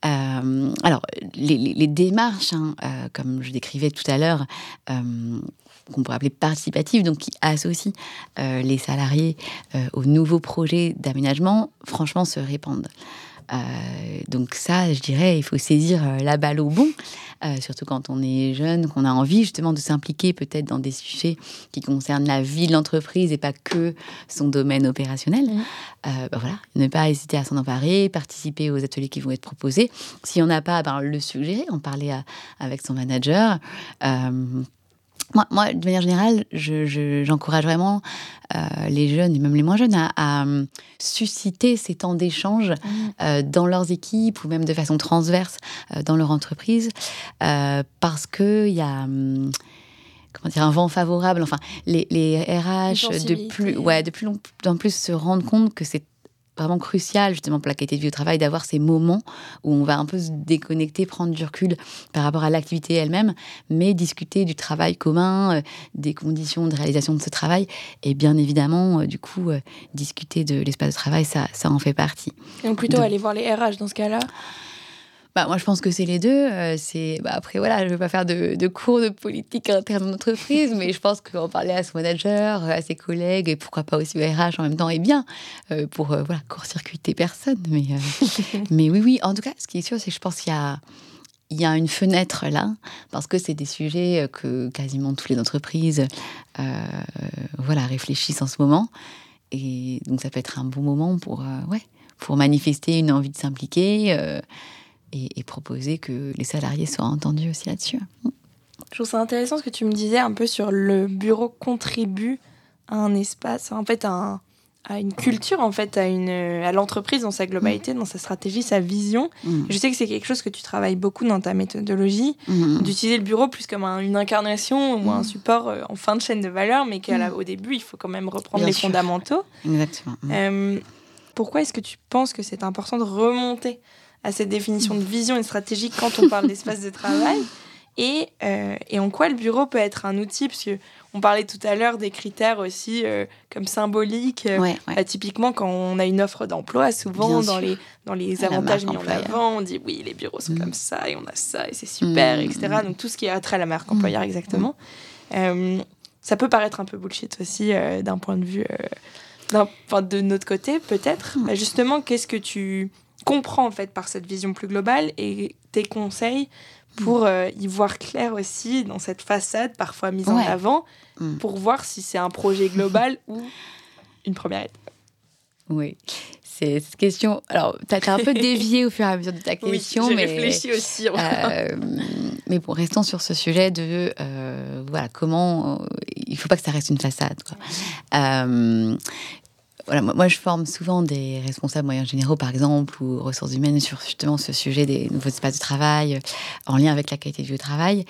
euh, alors les, les, les démarches, hein, euh, comme je décrivais tout à l'heure, euh, qu'on pourrait appeler participatives, donc qui associent euh, les salariés euh, aux nouveaux projets d'aménagement, franchement, se répandent. Euh, donc ça, je dirais, il faut saisir euh, la balle au bon, euh, surtout quand on est jeune, qu'on a envie justement de s'impliquer peut-être dans des sujets qui concernent la vie de l'entreprise et pas que son domaine opérationnel. Mmh. Euh, bah voilà, ne pas hésiter à s'en emparer, participer aux ateliers qui vont être proposés. Si on n'a pas, ben, le suggérer, en parler à, avec son manager. Euh, Moi, moi, de manière générale, je, je, j'encourage vraiment euh, les jeunes, et même les moins jeunes, à, à susciter ces temps d'échange mmh. euh, dans leurs équipes ou même de façon transverse euh, dans leur entreprise, euh, parce qu'il y a... Hum, comment dire, un vent favorable. Enfin, les, les R H, de plus, ouais, de plus en plus se rendent compte que c'est vraiment crucial, justement, pour la qualité de vie au travail, d'avoir ces moments où on va un peu se déconnecter, prendre du recul par rapport à l'activité elle-même, mais discuter du travail commun, euh, des conditions de réalisation de ce travail, et bien évidemment, euh, du coup, euh, discuter de l'espace de travail, ça, ça en fait partie. Et donc plutôt Donc, aller voir les R H dans ce cas-là ? Bah, moi, je pense que c'est les deux. Euh, c'est, bah, après, voilà, je ne veux pas faire de, de cours de politique interne de l'entreprise, mais je pense qu'en parler à son manager, à ses collègues, et pourquoi pas aussi au R H en même temps, est bien euh, pour euh, voilà, court-circuiter personne. Mais, euh, mais oui, oui, en tout cas, ce qui est sûr, c'est que je pense qu'il y a, il y a une fenêtre là, parce que c'est des sujets que quasiment toutes les entreprises euh, voilà, réfléchissent en ce moment. Et donc, ça peut être un bon moment pour, euh, ouais, pour manifester une envie de s'impliquer. Euh, Et, et proposer que les salariés soient entendus aussi là-dessus. Je trouve ça intéressant ce que tu me disais un peu sur le bureau contribue à un espace, en fait, à, un, à une culture, en fait, à, une, à l'entreprise dans sa globalité, mmh. dans sa stratégie, sa vision. Mmh. Je sais que c'est quelque chose que tu travailles beaucoup dans ta méthodologie, mmh. d'utiliser le bureau plus comme un, une incarnation ou mmh. un support en fin de chaîne de valeur, mais qu'au début, il faut quand même reprendre Bien les sûr. fondamentaux. Exactement. Mmh. Euh, pourquoi est-ce que tu penses que c'est important de remonter à cette définition de vision et de stratégie quand on parle d'espace de travail et, euh, et en quoi le bureau peut être un outil, parce qu'on parlait tout à l'heure des critères aussi euh, comme symboliques. Euh, ouais, ouais. Bah, typiquement, quand on a une offre d'emploi, souvent dans les, dans les avantages mis en avant, on dit oui, les bureaux sont mmh. comme ça et on a ça et c'est super, mmh. et cetera. Donc tout ce qui a trait à la marque employeur, mmh. exactement. Mmh. Euh, ça peut paraître un peu bullshit aussi euh, d'un point de vue euh, d'un, enfin, de notre côté, peut-être. Mmh. Bah, justement, qu'est-ce que tu comprends en fait par cette vision plus globale et tes conseils pour euh, y voir clair aussi dans cette façade parfois mise ouais. en avant mm. pour voir si c'est un projet global ou une première étape. Oui, c'est cette question. Alors, tu as un peu dévié au fur et à mesure de ta question. Oui, j'ai mais, réfléchi aussi. Euh, mais bon, restons sur ce sujet de euh, voilà, comment. Euh, il ne faut pas que ça reste une façade, quoi. Euh, Voilà, moi, je forme souvent des responsables moyens généraux, par exemple, ou ressources humaines sur justement ce sujet des nouveaux espaces de travail euh, en lien avec la qualité de vie au travail.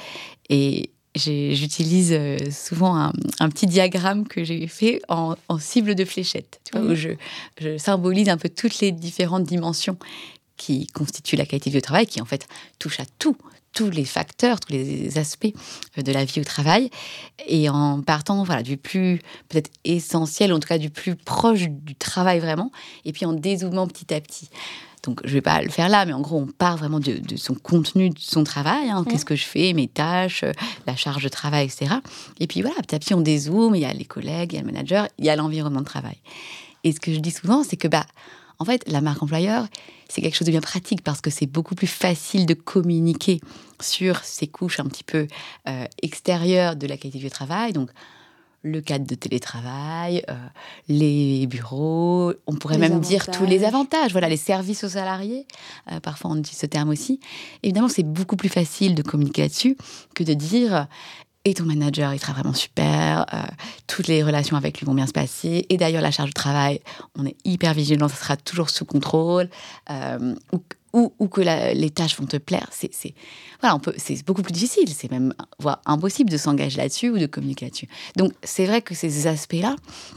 Et j'ai, j'utilise euh, souvent un, un petit diagramme que j'ai fait en, en cible de fléchette, tu vois, mmh. où je, je symbolise un peu toutes les différentes dimensions qui constitue la qualité de vie au travail, qui en fait touche à tout, tous les facteurs, tous les aspects de la vie au travail, et en partant voilà, du plus peut-être essentiel, en tout cas du plus proche du travail vraiment, et puis en dézoomant petit à petit. Donc, je ne vais pas le faire là, mais en gros, on part vraiment de, de son contenu, de son travail. Hein. Mmh. Qu'est-ce que je fais, mes tâches, la charge de travail, et cetera. Et puis voilà, petit à petit, on dézoome, il y a les collègues, il y a le manager, il y a l'environnement de travail. Et ce que je dis souvent, c'est que, bah, en fait, la marque employeur, c'est quelque chose de bien pratique parce que c'est beaucoup plus facile de communiquer sur ces couches un petit peu euh, extérieures de la qualité du travail. Donc, le cadre de télétravail, euh, les bureaux, on pourrait les même avantages. Dire tous les avantages, voilà, les services aux salariés, euh, parfois on utilise ce terme aussi. Évidemment, c'est beaucoup plus facile de communiquer là-dessus que de dire « et ton manager, il sera vraiment super, euh, toutes les relations avec lui vont bien se passer, et d'ailleurs la charge de travail, on est hyper vigilant, ça sera toujours sous contrôle, euh, ou, ou, ou que la, les tâches vont te plaire ». C'est, c'est, voilà, on peut, c'est beaucoup plus difficile, c'est même voire impossible de s'engager là-dessus ou de communiquer là-dessus. Donc c'est vrai que ces aspects-là,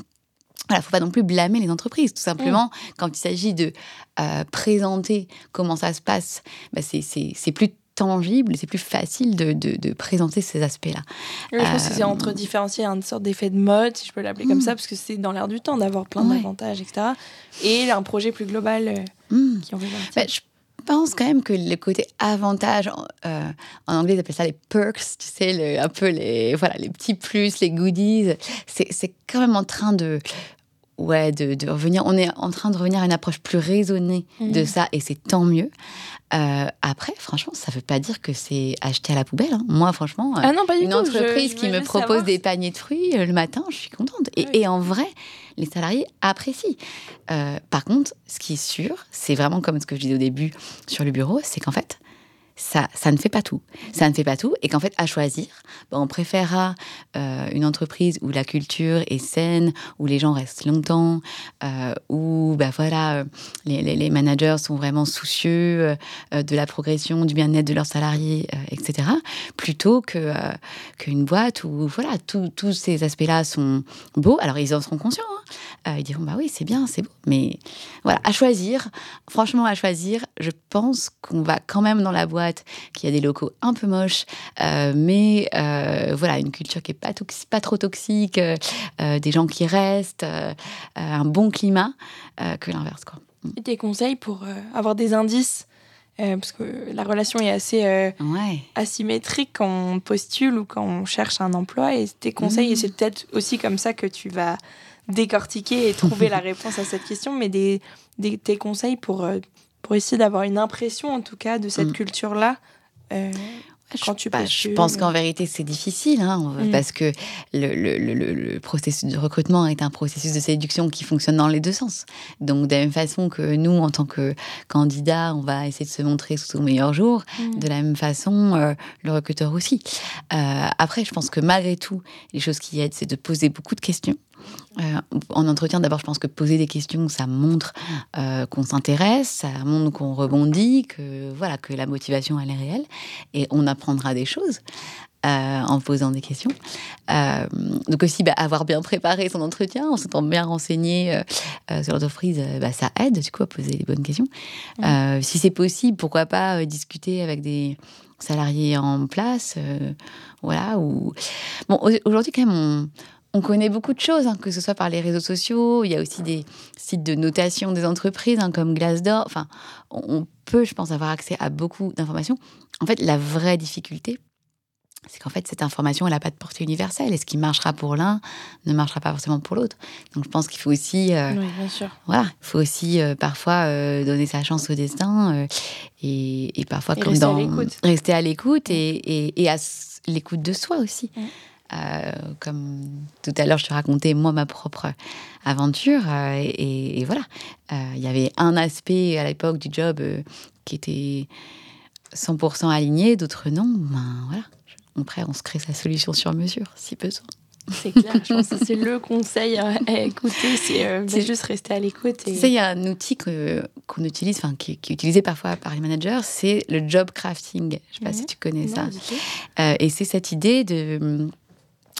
il ne faut pas non plus blâmer les entreprises. Tout simplement, mmh. quand il s'agit de euh, présenter comment ça se passe, bah c'est, c'est, c'est plus tangible, c'est plus facile de, de, de présenter ces aspects-là. Oui, je euh, pense que c'est entre différencier une sorte d'effet de mode, si je peux l'appeler mmh. comme ça, parce que c'est dans l'air du temps d'avoir plein ouais. d'avantages, et cetera. Et un projet plus global euh, mmh. qui en veut bah, je pense quand même que le côté avantage, euh, en anglais ils appellent ça les perks, tu sais, le, un peu les, voilà, les petits plus, les goodies, c'est, c'est quand même en train de... Ouais, de, de revenir. On est en train de revenir à une approche plus raisonnée mmh. de ça, et c'est tant mieux. Euh, après, franchement, ça ne veut pas dire que c'est acheté à la poubelle. Hein. Moi, franchement, ah non, pas du une tout. entreprise je, je qui me propose savoir. Des paniers de fruits euh, le matin, je suis contente. Et, oui. et en vrai, les salariés apprécient. Euh, par contre, ce qui est sûr, c'est vraiment comme ce que je disais au début sur le bureau, c'est qu'en fait, Ça, ça ne fait pas tout. Ça ne fait pas tout. Et qu'en fait, à choisir, ben, on préférera euh, une entreprise où la culture est saine, où les gens restent longtemps, euh, où ben, voilà, les, les, les managers sont vraiment soucieux euh, de la progression, du bien-être de leurs salariés, euh, et cetera, plutôt que, euh, qu'une boîte où voilà, tous ces aspects-là sont beaux. Alors, ils en seront conscients. Hein. Euh, ils diront, bah oui, c'est bien, c'est beau. Mais voilà, à choisir, franchement, à choisir, je pense qu'on va quand même dans la boîte qui a des locaux un peu moches, euh, mais euh, voilà, une culture qui n'est pas, toxi- pas trop toxique, euh, euh, des gens qui restent, euh, un bon climat, euh, que l'inverse, quoi. Et tes conseils pour euh, avoir des indices euh, parce que la relation est assez euh, ouais. asymétrique quand on postule ou quand on cherche un emploi, et tes conseils, mmh. et c'est peut-être aussi comme ça que tu vas décortiquer et trouver la réponse à cette question, mais des, des, tes conseils pour... Euh, pour essayer d'avoir une impression, en tout cas, de cette mmh. culture-là, euh, quand je, tu bah, je pense qu'en vérité, c'est difficile, hein, mmh. parce que le, le, le, le processus de recrutement est un processus de séduction qui fonctionne dans les deux sens. Donc, de la même façon que nous, en tant que candidats, on va essayer de se montrer sous son meilleur jour, mmh. de la même façon, euh, le recruteur aussi. Euh, après, je pense que malgré tout, les choses qui aident, c'est de poser beaucoup de questions. Euh, en entretien, d'abord, je pense que poser des questions, ça montre euh, qu'on s'intéresse, ça montre qu'on rebondit, que, voilà, que la motivation, elle est réelle. Et on apprendra des choses euh, en posant des questions. Euh, donc aussi, bah, avoir bien préparé son entretien, en s'étant bien renseigné euh, euh, sur l'entreprise, euh, bah, ça aide, du coup, à poser les bonnes questions. Mmh. Euh, si c'est possible, pourquoi pas euh, discuter avec des salariés en place, euh, voilà. Ou... Bon, aujourd'hui, quand même, on... On connaît beaucoup de choses, hein, que ce soit par les réseaux sociaux. Il y a aussi des sites de notation des entreprises, hein, comme Glassdoor. Enfin, on peut, je pense, avoir accès à beaucoup d'informations. En fait, la vraie difficulté, c'est qu'en fait, cette information, elle n'a pas de portée universelle. Et ce qui marchera pour l'un ne marchera pas forcément pour l'autre. Donc, je pense qu'il faut aussi... Euh, oui, bien sûr. Voilà, il faut aussi euh, parfois euh, donner sa chance au destin. Euh, et, et parfois, et comme rester dans... À l'écoute. Rester à l'écoute et, et, et à l'écoute de soi aussi. Mm. Euh, comme tout à l'heure, je te racontais, moi, ma propre aventure. Euh, et, et voilà, il euh, y avait un aspect à l'époque du job euh, qui était cent pour cent aligné, d'autres non. Ben voilà, après, on se crée sa solution sur mesure, si besoin. C'est clair, je pense que c'est le conseil à écouter, c'est, euh, c'est juste rester à l'écoute. Et... Tu sais, il y a un outil que, qu'on utilise, enfin, qui, qui est utilisé parfois par les managers, c'est le job crafting. Je ne sais pas mmh. si tu connais non, ça. Euh, et c'est cette idée de...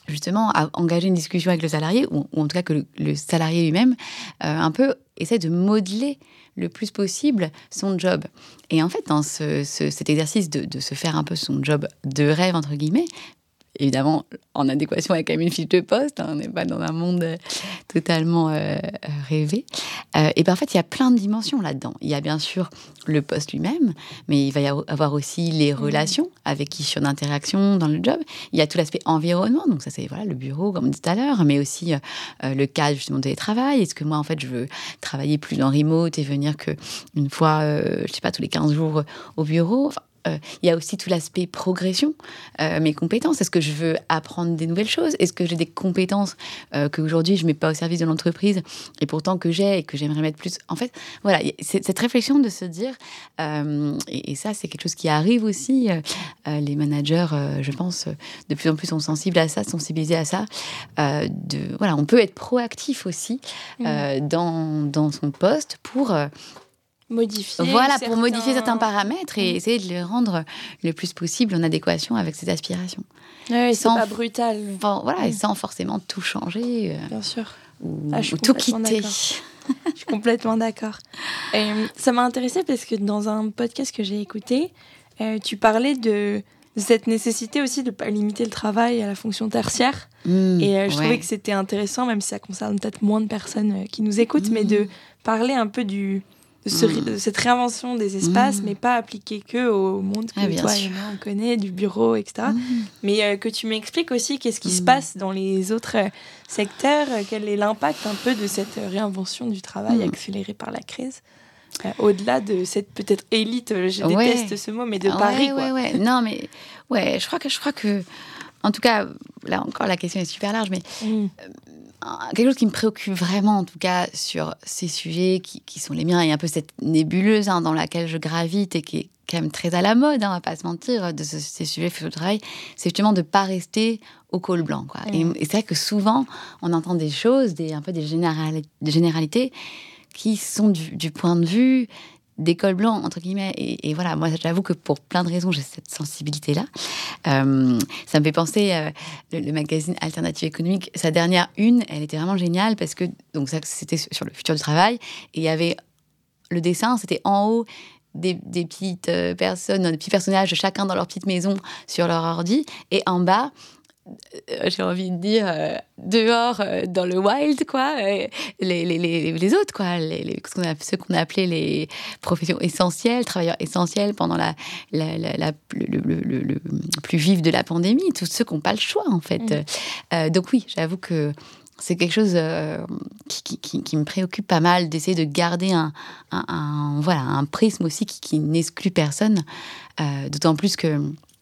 justement à engager une discussion avec le salarié, ou, ou en tout cas que le, le salarié lui-même euh, un peu essaie de modeler le plus possible son job. Et en fait, dans ce, ce, cet exercice de, de se faire un peu son job de rêve, entre guillemets, évidemment en adéquation avec quand même une fiche de poste, hein, on n'est pas dans un monde euh, totalement euh, rêvé, euh, et bien en fait il y a plein de dimensions là-dedans. Il y a bien sûr le poste lui-même, mais il va y avoir aussi les relations avec qui je suis en interaction dans le job. Il y a tout l'aspect environnement, donc ça c'est voilà, le bureau comme on dit tout à l'heure, mais aussi euh, le cadre justement de télétravail. Est-ce que moi en fait je veux travailler plus en remote et venir qu'une fois, euh, je sais pas, tous les quinze jours au bureau. Enfin, Euh, il y a aussi tout l'aspect progression, euh, mes compétences. Est-ce que je veux apprendre des nouvelles choses? Est-ce que j'ai des compétences euh, qu'aujourd'hui je ne mets pas au service de l'entreprise et pourtant que j'ai et que j'aimerais mettre plus? En fait, voilà, c'est cette réflexion de se dire, euh, et, et ça c'est quelque chose qui arrive aussi, euh, euh, les managers, euh, je pense, de plus en plus sont sensibles à ça, sensibilisés à ça. Euh, de, voilà, on peut être proactif aussi euh, mmh. dans, dans son poste pour... Euh, Modifier voilà, certains... pour modifier certains paramètres et mmh. essayer de les rendre le plus possible en adéquation avec ses aspirations. Oui, c'est pas brutal. For- voilà, mmh. et sans forcément tout changer. Euh, Bien sûr. Ou, ah, ou tout quitter. Je suis complètement d'accord. Et, ça m'a intéressée parce que dans un podcast que j'ai écouté, euh, tu parlais de, de cette nécessité aussi de ne pas limiter le travail à la fonction tertiaire. Mmh, et euh, je ouais. trouvais que c'était intéressant, même si ça concerne peut-être moins de personnes euh, qui nous écoutent, mmh. mais de parler un peu du... De, ce, mmh. de cette réinvention des espaces, mmh. mais pas appliquée que au monde que ah, toi sûr. et moi on connaît, du bureau, et cetera. Mmh. Mais euh, que tu m'expliques aussi qu'est-ce qui mmh. se passe dans les autres euh, secteurs, euh, quel est l'impact un peu de cette réinvention du travail mmh. accélérée par la crise, euh, au-delà de cette peut-être élite, je ouais. déteste ce mot, mais de ouais, Paris. Ouais, quoi. Ouais. Non, mais ouais, je crois que, je crois que, en tout cas, là encore la question est super large, mais... Mmh. Euh, quelque chose qui me préoccupe vraiment, en tout cas, sur ces sujets qui, qui sont les miens, et un peu cette nébuleuse hein, dans laquelle je gravite et qui est quand même très à la mode, hein, on va pas se mentir, de ce, ces sujets sur le travail, c'est justement de ne pas rester au col blanc. Quoi. Mmh. Et, et c'est vrai que souvent, on entend des choses, des, un peu des, générali- des généralités qui sont du, du point de vue des cols blancs, entre guillemets. Et, et voilà, moi, j'avoue que pour plein de raisons, j'ai cette sensibilité-là. Euh, ça me fait penser, euh, le, le magazine Alternative économique, sa dernière une, elle était vraiment géniale parce que, donc ça, c'était sur le futur du travail. Et il y avait le dessin, c'était en haut des, des petites euh, personnes, des petits personnages, chacun dans leur petite maison sur leur ordi. Et en bas, Euh, j'ai envie de dire euh, dehors euh, dans le wild quoi euh, les, les, les, les autres quoi les, les, ce qu'on a, ceux qu'on a appelé les professions essentielles, travailleurs essentiels pendant la, la, la, la le, le, le, le plus vif de la pandémie, tous ceux qui n'ont pas le choix en fait. Mmh. Euh, donc oui, j'avoue que c'est quelque chose euh, qui, qui, qui me préoccupe pas mal, d'essayer de garder un, un, un, voilà, un prisme aussi qui, qui n'exclut personne, euh, d'autant plus que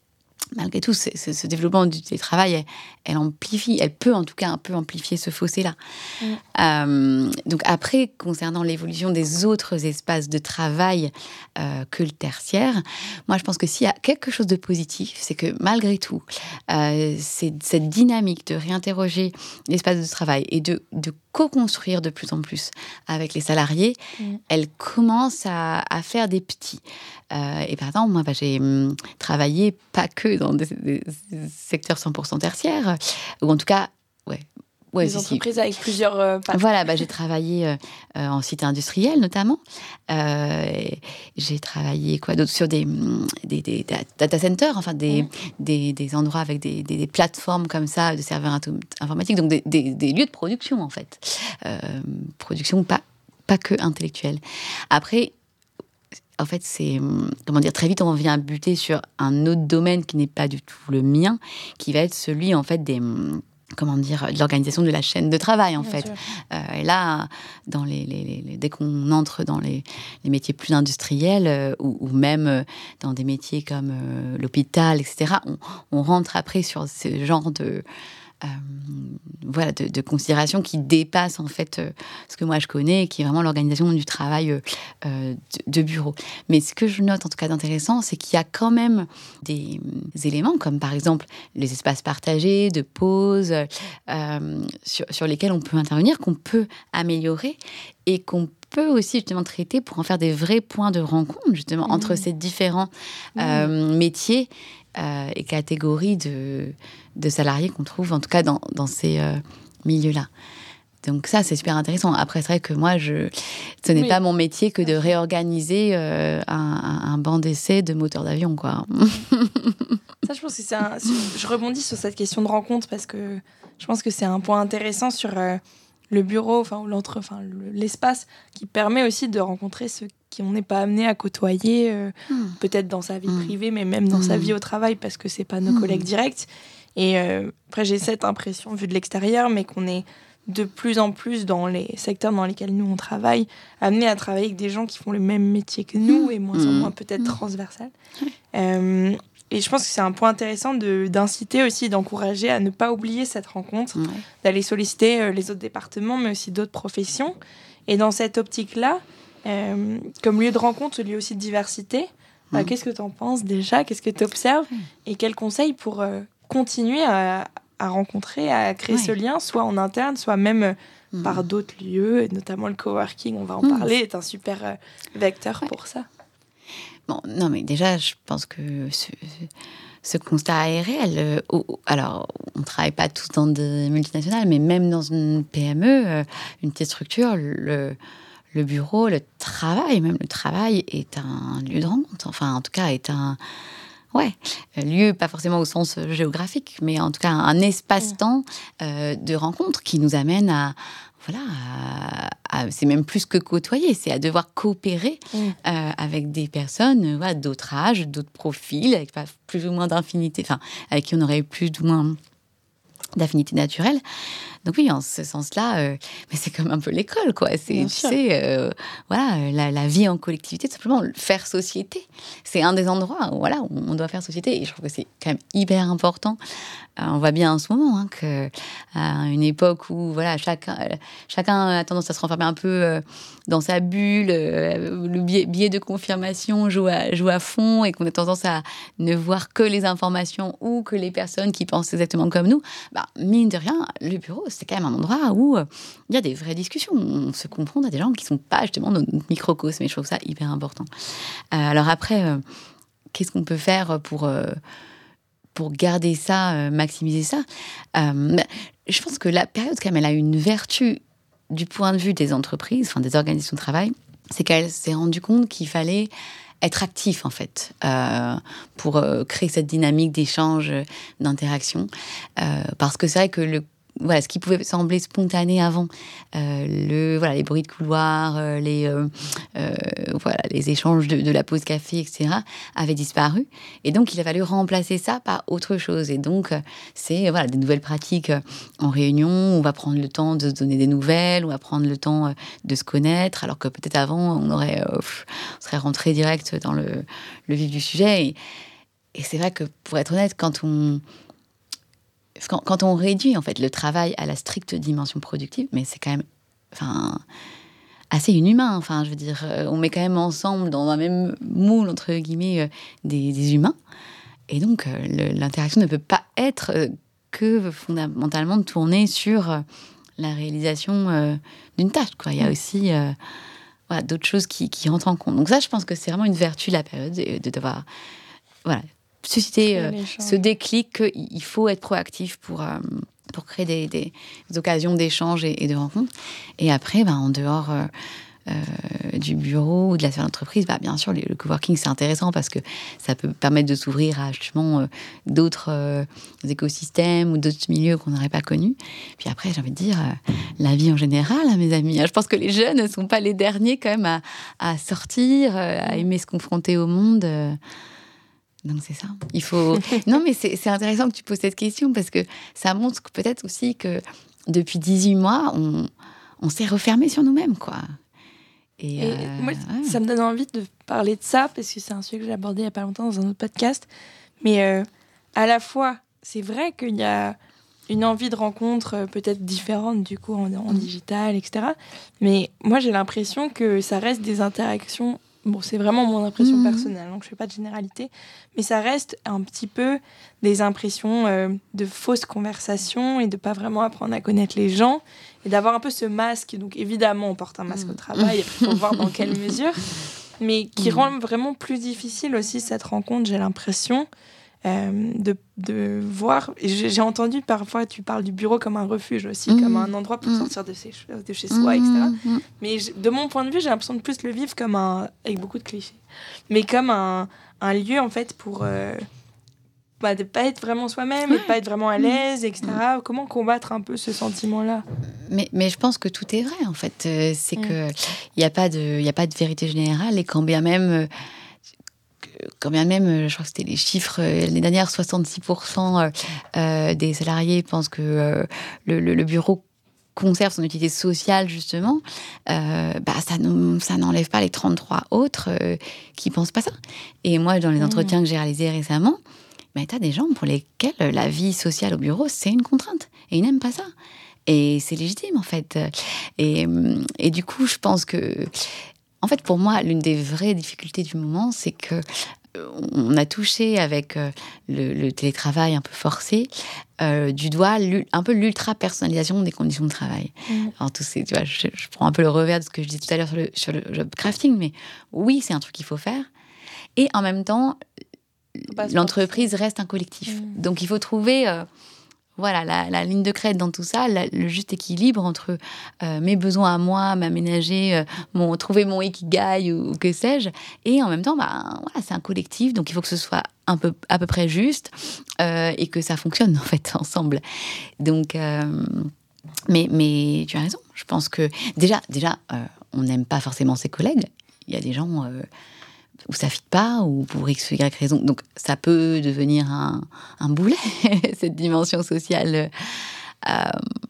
malgré tout, c'est, c'est, ce développement du télétravail, elle, elle amplifie, elle peut en tout cas un peu amplifier ce fossé-là. Mmh. Euh, donc après, concernant l'évolution des autres espaces de travail euh, que le tertiaire, moi je pense que s'il y a quelque chose de positif, c'est que malgré tout, euh, c'est cette dynamique de réinterroger l'espace de travail et de, de co-construire de plus en plus avec les salariés, mmh. elle commence à, à faire des petits. Euh, et par exemple, moi, bah, j'ai hum, travaillé pas que dans des, des, des secteurs cent pour cent tertiaires, ou en tout cas, ouais. Ouais, des si, entreprises si. avec plusieurs euh, pattes. Voilà, bah, j'ai travaillé euh, en site industriel notamment. Euh, j'ai travaillé quoi d'autre sur des, des, des data centers, enfin des, mmh. des, des endroits avec des, des, des plateformes comme ça de serveurs atom- informatiques, donc des, des, des lieux de production en fait, euh, production pas pas que intellectuelle. Après. En fait, c'est, comment dire, très vite, on vient buter sur un autre domaine qui n'est pas du tout le mien, qui va être celui, en fait, des, comment dire, de l'organisation de la chaîne de travail, en Bien fait. Euh, et là, dans les, les, les, dès qu'on entre dans les, les métiers plus industriels, euh, ou, ou même euh, dans des métiers comme euh, l'hôpital, et cetera, on, on rentre après sur ce genre de... Euh, voilà, de, de considérations qui dépassent en fait euh, ce que moi je connais, qui est vraiment l'organisation du travail euh, euh, de, de bureau. Mais ce que je note en tout cas d'intéressant, c'est qu'il y a quand même des, des éléments comme par exemple les espaces partagés de pause euh, sur, sur lesquels on peut intervenir, qu'on peut améliorer et qu'on peut aussi justement traiter pour en faire des vrais points de rencontre justement mmh. entre ces différents euh, mmh. métiers euh, et catégories de, de salariés qu'on trouve, en tout cas dans, dans ces euh, milieux-là. Donc ça, c'est super intéressant. Après, c'est vrai que moi, je... ce n'est oui. pas mon métier que de réorganiser euh, un, un, un banc d'essai de moteur d'avion, quoi. Ça, je pense que c'est un... Je rebondis sur cette question de rencontre parce que je pense que c'est un point intéressant sur euh, le bureau, enfin, ou l'entre... enfin, l'espace qui permet aussi de rencontrer ceux qui on n'est pas amené à côtoyer, euh, mmh. peut-être dans sa vie mmh. privée, mais même dans mmh. sa vie au travail parce que c'est pas nos mmh. collègues directs. Et euh, après, j'ai cette impression, vue de l'extérieur, mais qu'on est de plus en plus dans les secteurs dans lesquels nous on travaille, amenés à travailler avec des gens qui font le même métier que nous et moins mmh. en moins peut-être mmh. transversal. Euh, et je pense que c'est un point intéressant de, d'inciter aussi, d'encourager à ne pas oublier cette rencontre, mmh. d'aller solliciter euh, les autres départements, mais aussi d'autres professions. Et dans cette optique-là, euh, comme lieu de rencontre, lieu aussi de diversité, mmh. bah, qu'est-ce que tu en penses déjà ? Qu'est-ce que tu observes ? Et quels conseils pour euh, continuer à à rencontrer, à créer ouais. ce lien, soit en interne, soit même mmh. par d'autres lieux, et notamment le coworking, on va en mmh. parler, est un super euh, vecteur ouais. pour ça. Bon, non, mais déjà, je pense que ce, ce constat est réel. Euh, oh, alors, on ne travaille pas tous dans des multinationales, mais même dans une P M E, euh, une petite structure, le, le bureau, le travail, même le travail est un lieu de rencontre. Enfin, en tout cas, est un... Ouais, lieu, pas forcément au sens géographique, mais en tout cas un espace-temps euh, de rencontre qui nous amène à, voilà, à, à, c'est même plus que côtoyer, c'est à devoir coopérer mmh. euh, avec des personnes euh, voilà, d'autres âges, d'autres profils, avec pas plus ou moins d'infinité, enfin, avec qui on aurait eu plus ou moins d'affinité naturelle. Donc oui, en ce sens-là, euh, mais c'est comme un peu l'école, quoi. C'est, tu sais, euh, voilà, la, la vie en collectivité, tout simplement, faire société. C'est un des endroits où, voilà, où on doit faire société. Et je trouve que c'est quand même hyper important. Euh, on voit bien en ce moment hein, qu'à une époque où, voilà, chacun, euh, chacun a tendance à se renfermer un peu euh, dans sa bulle, euh, le biais, biais de confirmation joue à, joue à fond et qu'on a tendance à ne voir que les informations ou que les personnes qui pensent exactement comme nous. Bah, mine de rien, le bureau, c'est quand même un endroit où il euh, y a des vraies discussions. On se confronte à des gens qui ne sont pas justement notre microcosme. Et je trouve ça hyper important. Euh, alors après, euh, qu'est-ce qu'on peut faire pour, euh, pour garder ça, euh, maximiser ça euh, Je pense que la période, quand même, elle a une vertu du point de vue des entreprises, enfin des organisations de travail, c'est qu'elle s'est rendue compte qu'il fallait être actif, en fait, euh, pour euh, créer cette dynamique d'échange, d'interaction. Euh, parce que c'est vrai que le Voilà, ce qui pouvait sembler spontané avant, euh, le, voilà, les bruits de couloir, euh, les, euh, euh, voilà, les échanges de, de la pause café, et cetera, avaient disparu. Et donc, il a fallu remplacer ça par autre chose. Et donc, c'est voilà, des nouvelles pratiques en réunion. On va prendre le temps de se donner des nouvelles, on va prendre le temps de se connaître, alors que peut-être avant, on, aurait, euh, on serait rentré direct dans le, le vif du sujet. Et, et c'est vrai que, pour être honnête, quand on... Quand, quand on réduit en fait le travail à la stricte dimension productive, mais c'est quand même, enfin, assez inhumain. Enfin, je veux dire, on met quand même ensemble dans un même moule entre guillemets des, des humains, et donc le, l'interaction ne peut pas être que fondamentalement tournée sur la réalisation euh, d'une tâche. Quoi, il y a aussi euh, voilà, d'autres choses qui, qui rentrent en compte. Donc ça, je pense que c'est vraiment une vertu de la période de, de devoir, voilà. susciter euh, ce déclic qu'il faut être proactif pour, euh, pour créer des, des, des occasions d'échange et, et de rencontres. Et après, bah, en dehors euh, euh, du bureau ou de la sphère d'entreprise, bah, bien sûr, le, le coworking, c'est intéressant parce que ça peut permettre de s'ouvrir à justement euh, d'autres euh, écosystèmes ou d'autres milieux qu'on n'aurait pas connus. Puis après, j'ai envie de dire, euh, la vie en général, hein, mes amis. Je pense que les jeunes ne sont pas les derniers quand même à, à sortir, euh, à aimer se confronter au monde. Euh, Donc, c'est ça. Il faut... Non, mais c'est, c'est intéressant que tu poses cette question parce que ça montre que peut-être aussi que depuis dix-huit mois, on, on s'est refermé sur nous-mêmes, quoi. Et, Et euh, moi, ouais. ça me donne envie de parler de ça parce que c'est un sujet que j'ai abordé il n'y a pas longtemps dans un autre podcast. Mais euh, à la fois, c'est vrai qu'il y a une envie de rencontre euh, peut-être différente, du coup, en, en digital, et cetera. Mais moi, j'ai l'impression que ça reste des interactions... Bon, c'est vraiment mon impression mmh. personnelle, donc je ne fais pas de généralité, mais ça reste un petit peu des impressions euh, de fausses conversations et de ne pas vraiment apprendre à connaître les gens et d'avoir un peu ce masque. Donc évidemment, on porte un masque mmh. au travail, il faut voir dans quelle mesure, mais qui mmh. rend vraiment plus difficile aussi cette rencontre, j'ai l'impression, euh, de, de voir. Et j'ai, j'ai entendu parfois, tu parles du bureau comme un refuge aussi, Mmh. comme un endroit pour Mmh. sortir de, ses, de chez soi, Mmh. et cetera. Mmh. Mais je- de mon point de vue, j'ai l'impression de plus le vivre comme un, avec beaucoup de clichés, mais comme un, un lieu en fait pour euh, bah, de pas être vraiment soi-même, et de pas être vraiment à l'aise, et cetera. Comment combattre un peu ce sentiment-là? Mais, mais je pense que tout est vrai, en fait. Euh, c'est Mm. que il n'y a, pas de- y a pas de vérité générale. Et quand bien même, euh, quand bien même euh, je crois que c'était les chiffres, euh, l'année dernière, soixante-six pour cent euh, euh, des salariés pensent que euh, le, le- le bureau conserve son utilité sociale, justement, euh, bah, ça, nous- ça n'enlève pas les trente-trois autres euh, qui ne pensent pas ça. Et moi, dans les Mm. entretiens que j'ai réalisés récemment, bah, tu as des gens pour lesquels la vie sociale au bureau, c'est une contrainte. Et ils n'aiment pas ça. Et c'est légitime, en fait. Et, et du coup, je pense que... En fait, pour moi, l'une des vraies difficultés du moment, c'est que on a touché avec euh, le, le télétravail un peu forcé euh, du doigt l'u- un peu l'ultra-personnalisation des conditions de travail. Mm. Alors, tout c'est, tu vois, je, je prends un peu le revers de ce que je disais tout à l'heure sur le, sur le job crafting, mais oui, c'est un truc qu'il faut faire. Et en même temps, Faut pas se l'entreprise reste un collectif. Mm. Donc, il faut trouver... euh, voilà, la, la ligne de crête dans tout ça, la- le juste équilibre entre euh, mes besoins à moi, m'aménager, euh, mon, trouver mon ikigai ou, ou que sais-je, et en même temps, bah, voilà, c'est un collectif, donc il faut que ce soit un peu, à peu près juste euh, et que ça fonctionne en fait ensemble. Donc, euh, mais, mais tu as raison. Je pense que déjà, déjà, euh, on n'aime pas forcément ses collègues. Il y a des gens euh, où ça ne fit pas, ou pour X ou Y raison. Donc, ça peut devenir un, un boulet, cette dimension sociale. Euh,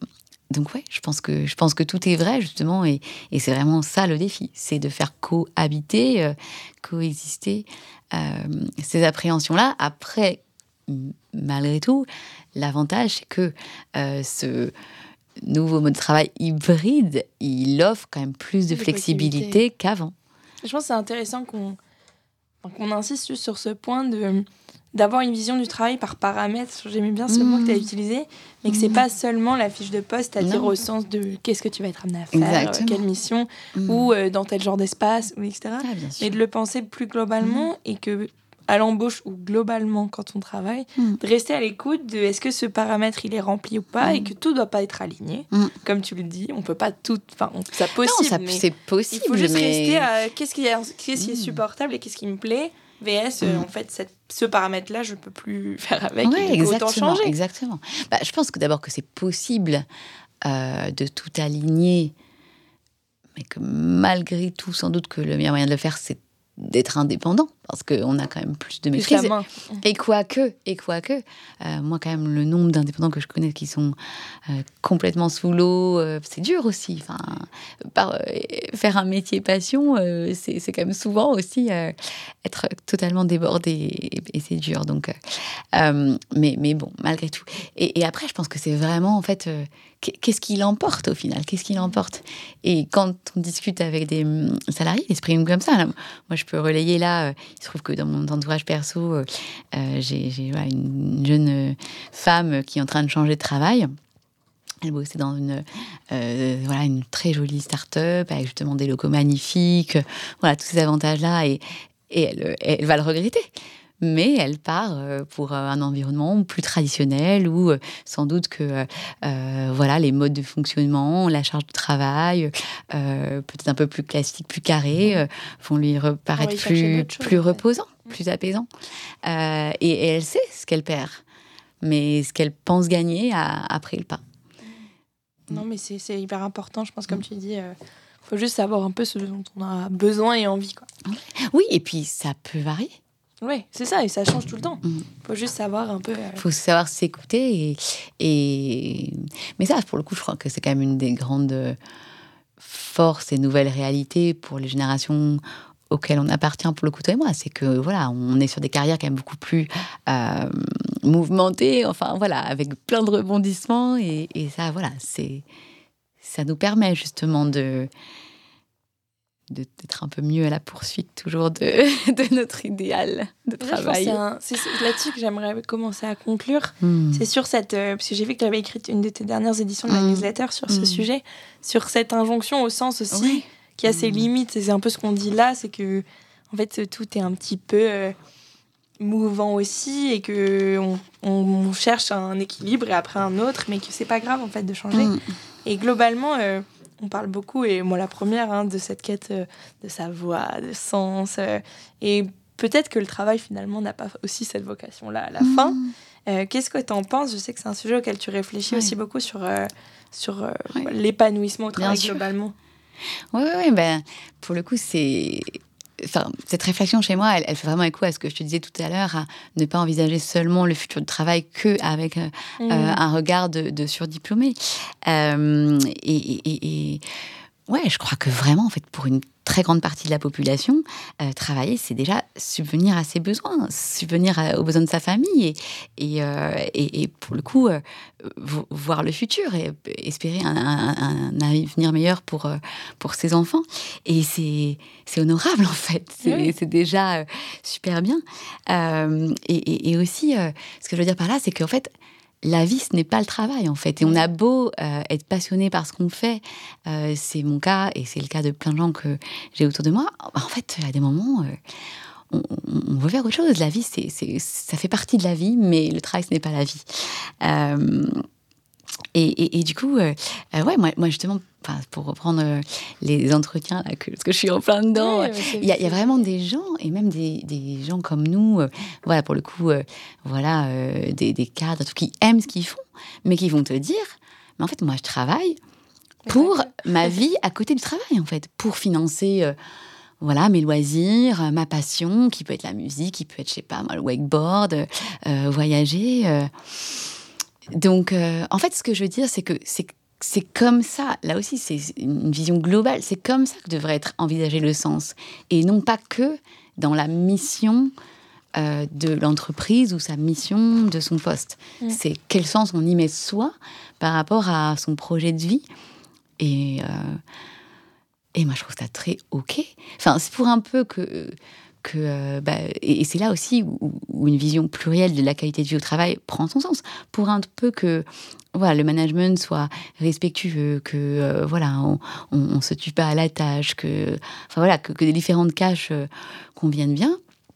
donc, ouais, je pense, que, je pense que tout est vrai, justement, et, et c'est vraiment ça le défi. C'est de faire cohabiter, euh, coexister euh, ces appréhensions-là. Après, m- malgré tout, l'avantage, c'est que euh, ce nouveau mode de travail hybride, il offre quand même plus de De flexibilité possibilités. qu'avant. Je pense que c'est intéressant qu'on, enfin, qu'on insiste juste sur ce point de, d'avoir une vision du travail par paramètres. J'aimais bien ce Mmh. mot que tu as utilisé, mais que c'est Mmh. pas seulement la fiche de poste, c'est-à-dire Non. au sens de qu'est-ce que tu vas être amené à faire, Exactement. euh, quelle mission, Mmh. ou euh, dans tel genre d'espace, ou et cetera. Ah, bien sûr. Mais de le penser plus globalement et que à l'embauche ou globalement quand on travaille, Mm. de rester à l'écoute de est-ce que ce paramètre il est rempli ou pas Mm. et que tout doit pas être aligné. Mm. Comme tu le dis, on peut pas tout, enfin on- ça Non, possible, ça, mais c'est possible, il faut juste mais... rester à qu'est-ce qui est, qu'est-ce qui est Mm. supportable et qu'est-ce qui me plaît. V S, euh, Mm. en fait, cette, ce paramètre-là, je peux plus faire avec. Ouais, et du coup, autant exactement, changer. exactement. Bah, je pense que d'abord que c'est possible euh, de tout aligner, mais que malgré tout, sans doute que le meilleur moyen de le faire, c'est d'être indépendant, parce qu'on a quand même plus de Plus maîtrise. la main. Et quoique, et quoique, euh, moi quand même, le nombre d'indépendants que je connais qui sont euh, complètement sous l'eau, euh, c'est dur aussi. Enfin, par, euh, faire un métier passion, euh, c'est, c'est quand même souvent aussi euh, être totalement débordé, et, et c'est dur. Donc, euh, euh, mais, mais bon, malgré tout. Et, et après, je pense que c'est vraiment, en fait, euh, qu'est-ce qui l'emporte au final? Qu'est-ce qui l'emporte? Et quand on discute avec des hum, salariés, ils expriment comme ça. Là, moi, je peux relayer là, euh, il se trouve que dans mon entourage perso, euh, j'ai, j'ai voilà, une jeune euh, femme qui est en train de changer de travail. Elle bossait dans une, euh, voilà, une très jolie start-up avec justement des locaux magnifiques, euh, voilà, tous ces avantages-là, et, et elle, elle va le regretter. Mais elle part euh, pour un environnement plus traditionnel où euh, sans doute que euh, voilà, les modes de fonctionnement, la charge de travail, euh, peut-être un peu plus classique, plus carré, euh, vont lui paraître plus, choses, plus en fait. reposants, plus apaisants. Euh, et, et elle sait ce qu'elle perd, mais ce qu'elle pense gagner a, a pris le pas. Non, mais c'est, c'est hyper important, je pense, comme tu dis. Il euh, faut juste savoir un peu ce dont on a besoin et envie, quoi. Oui, et puis ça peut varier. Oui, c'est ça, et ça change tout le temps. Il Mm. faut juste savoir un peu... euh, Il faut savoir s'écouter. Et, et... Mais ça, pour le coup, je crois que c'est quand même une des grandes forces et nouvelles réalités pour les générations auxquelles on appartient, pour le coup, toi et moi. C'est que, voilà, on est sur des carrières quand même beaucoup plus euh, mouvementées, enfin, voilà, avec plein de rebondissements. Et, et ça, voilà, c'est... ça nous permet justement de... De, d'être un peu mieux à la poursuite toujours de, de notre idéal de Déjà, je pense que travail. c'est, un- c'est c'est là-dessus que j'aimerais commencer à conclure. Mmh. C'est sur cette... euh, parce que j'ai vu que tu avais écrit une de tes dernières éditions de la Mm. newsletter sur ce Mm. sujet, sur cette injonction au sens aussi, Ouais. qui a ses Mm. limites. Et c'est un peu ce qu'on dit là, c'est que, en fait, tout est un petit peu... euh, mouvant aussi et qu'on on cherche un équilibre et après un autre, mais que c'est pas grave en fait de changer. Mmh. Et globalement, euh, on parle beaucoup, et moi la première, hein, de cette quête euh, de sa voix, de sens. Euh, et peut-être que le travail finalement n'a pas aussi cette vocation-là à la mmh. fin. Euh, qu'est-ce que tu en penses ? Je sais que c'est un sujet auquel tu réfléchis ouais. aussi beaucoup sur, euh, sur euh, ouais. l'épanouissement au travail globalement. Oui, oui, oui. Ben, pour le coup, c'est... Enfin, cette réflexion chez moi, elle, elle fait vraiment écho à ce que je te disais tout à l'heure, à ne pas envisager seulement le futur du travail qu'avec euh, mmh. euh, un regard de, de surdiplômé. Euh, et, et, et ouais, je crois que vraiment, en fait, pour une très grande partie de la population, euh, travailler, c'est déjà subvenir à ses besoins, subvenir à, aux besoins de sa famille et, et, euh, et, et pour le coup, euh, voir le futur et espérer un, un, un avenir meilleur pour, pour ses enfants. Et c'est, c'est honorable, en fait. C'est, oui. c'est déjà euh, super bien. Euh, et, et, et aussi, euh, ce que je veux dire par là, c'est qu'en fait, la vie, ce n'est pas le travail, en fait. Et on a beau euh, être passionné par ce qu'on fait, euh, c'est mon cas, et c'est le cas de plein de gens que j'ai autour de moi. En fait, à des moments, euh, on, on veut faire autre chose. La vie, c'est, c'est, ça fait partie de la vie, mais le travail, ce n'est pas la vie. Euh, et, et, et du coup, euh, euh, ouais, moi, moi justement, pour reprendre euh, les entretiens, là, que, parce que je suis en plein dedans, il oui, y, y a vraiment des gens, et même des, des gens comme nous, euh, voilà, pour le coup, euh, voilà, euh, des, des cadres qui aiment ce qu'ils font, mais qui vont te dire, mais en fait, moi, je travaille pour ma vie à côté du travail, en fait, pour financer... Euh, Voilà, mes loisirs, ma passion, qui peut être la musique, qui peut être, je sais pas, moi, le wakeboard, euh, voyager. Euh. Donc, euh, en fait, ce que je veux dire, c'est que c'est, c'est comme ça. Là aussi, c'est une vision globale. C'est comme ça que devrait être envisagé le sens. Et non pas que dans la mission euh, de l'entreprise ou sa mission de son poste. Mmh. C'est quel sens on y met soi par rapport à son projet de vie. Et... Euh, Et moi, je trouve ça très OK. Enfin, c'est pour un peu que... que euh, bah, et c'est là aussi où, où une vision plurielle de la qualité de vie au travail prend son sens. Pour un peu que voilà, le management soit respectueux, que euh, voilà, on ne se tue pas à la tâche, que, enfin, voilà, que, que les différentes tâches euh, conviennent bien.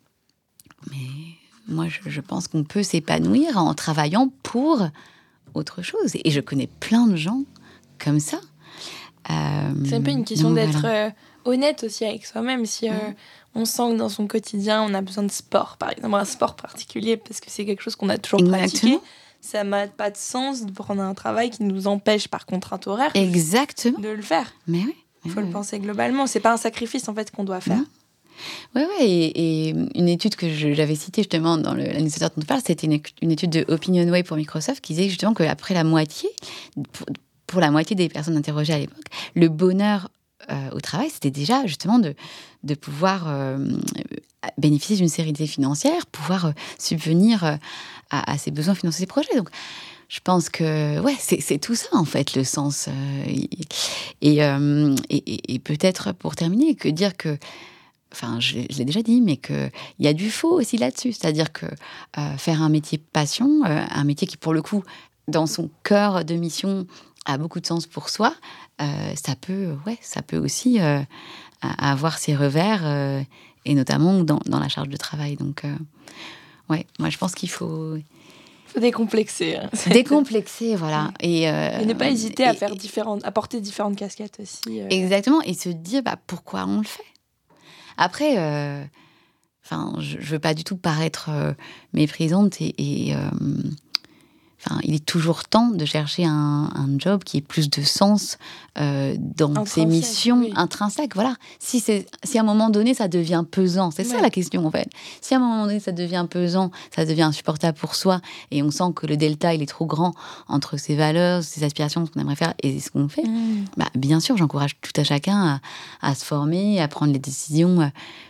Mais moi, je, je pense qu'on peut s'épanouir en travaillant pour autre chose. Et je connais plein de gens comme ça. Euh, c'est un peu une question donc, d'être voilà. euh, honnête aussi avec soi-même. Si euh, mmh. on sent que dans son quotidien, on a besoin de sport, par exemple, un sport particulier, parce que c'est quelque chose qu'on a toujours Exactement. pratiqué, ça n'a pas de sens de prendre un travail qui nous empêche, par contrainte horaire, Exactement. de le faire. Mais oui. Il faut oui. le penser globalement. C'est pas un sacrifice, en fait, qu'on doit faire. Oui, oui. Et, et une étude que je, j'avais citée justement dans le, la newsletter dont on parle, c'était une, une étude de Opinionway pour Microsoft qui disait justement qu'après la moitié... Pour, Pour la moitié des personnes interrogées à l'époque, le bonheur euh, au travail, c'était déjà justement de, de pouvoir euh, bénéficier d'une sérénité financière, pouvoir euh, subvenir euh, à, à ses besoins financiers des projets. Donc, je pense que ouais, c'est, c'est tout ça, en fait, le sens. Euh, et, euh, et, et, et peut-être, pour terminer, que dire que Enfin, je, je l'ai déjà dit, mais qu'il y a du faux aussi là-dessus. C'est-à-dire que euh, faire un métier passion, euh, un métier qui, pour le coup, dans son cœur de mission... a beaucoup de sens pour soi, euh, ça peut, ouais, ça peut aussi euh, avoir ses revers, euh, et notamment dans, dans la charge de travail. Donc, euh, ouais, moi, je pense qu'il faut... Il faut décomplexer. Hein. Décomplexer, voilà. Et, euh, et ne pas hésiter et, à faire différentes, à porter différentes casquettes aussi. Euh... Exactement, et se dire, bah, pourquoi on le fait. Après, euh, enfin, je ne veux pas du tout paraître euh, méprisante et... et euh, Enfin, il est toujours temps de chercher un, un job qui ait plus de sens euh, dans intrinsèque, ses missions oui. intrinsèques. Voilà. Si, c'est, si à un moment donné, ça devient pesant, c'est ouais. ça la question en fait. Si à un moment donné, ça devient pesant, ça devient insupportable pour soi, et on sent que le delta, il est trop grand entre ses valeurs, ses aspirations, ce qu'on aimerait faire et ce qu'on fait, mmh. bah, bien sûr, j'encourage tout à chacun à, à se former, à prendre les décisions.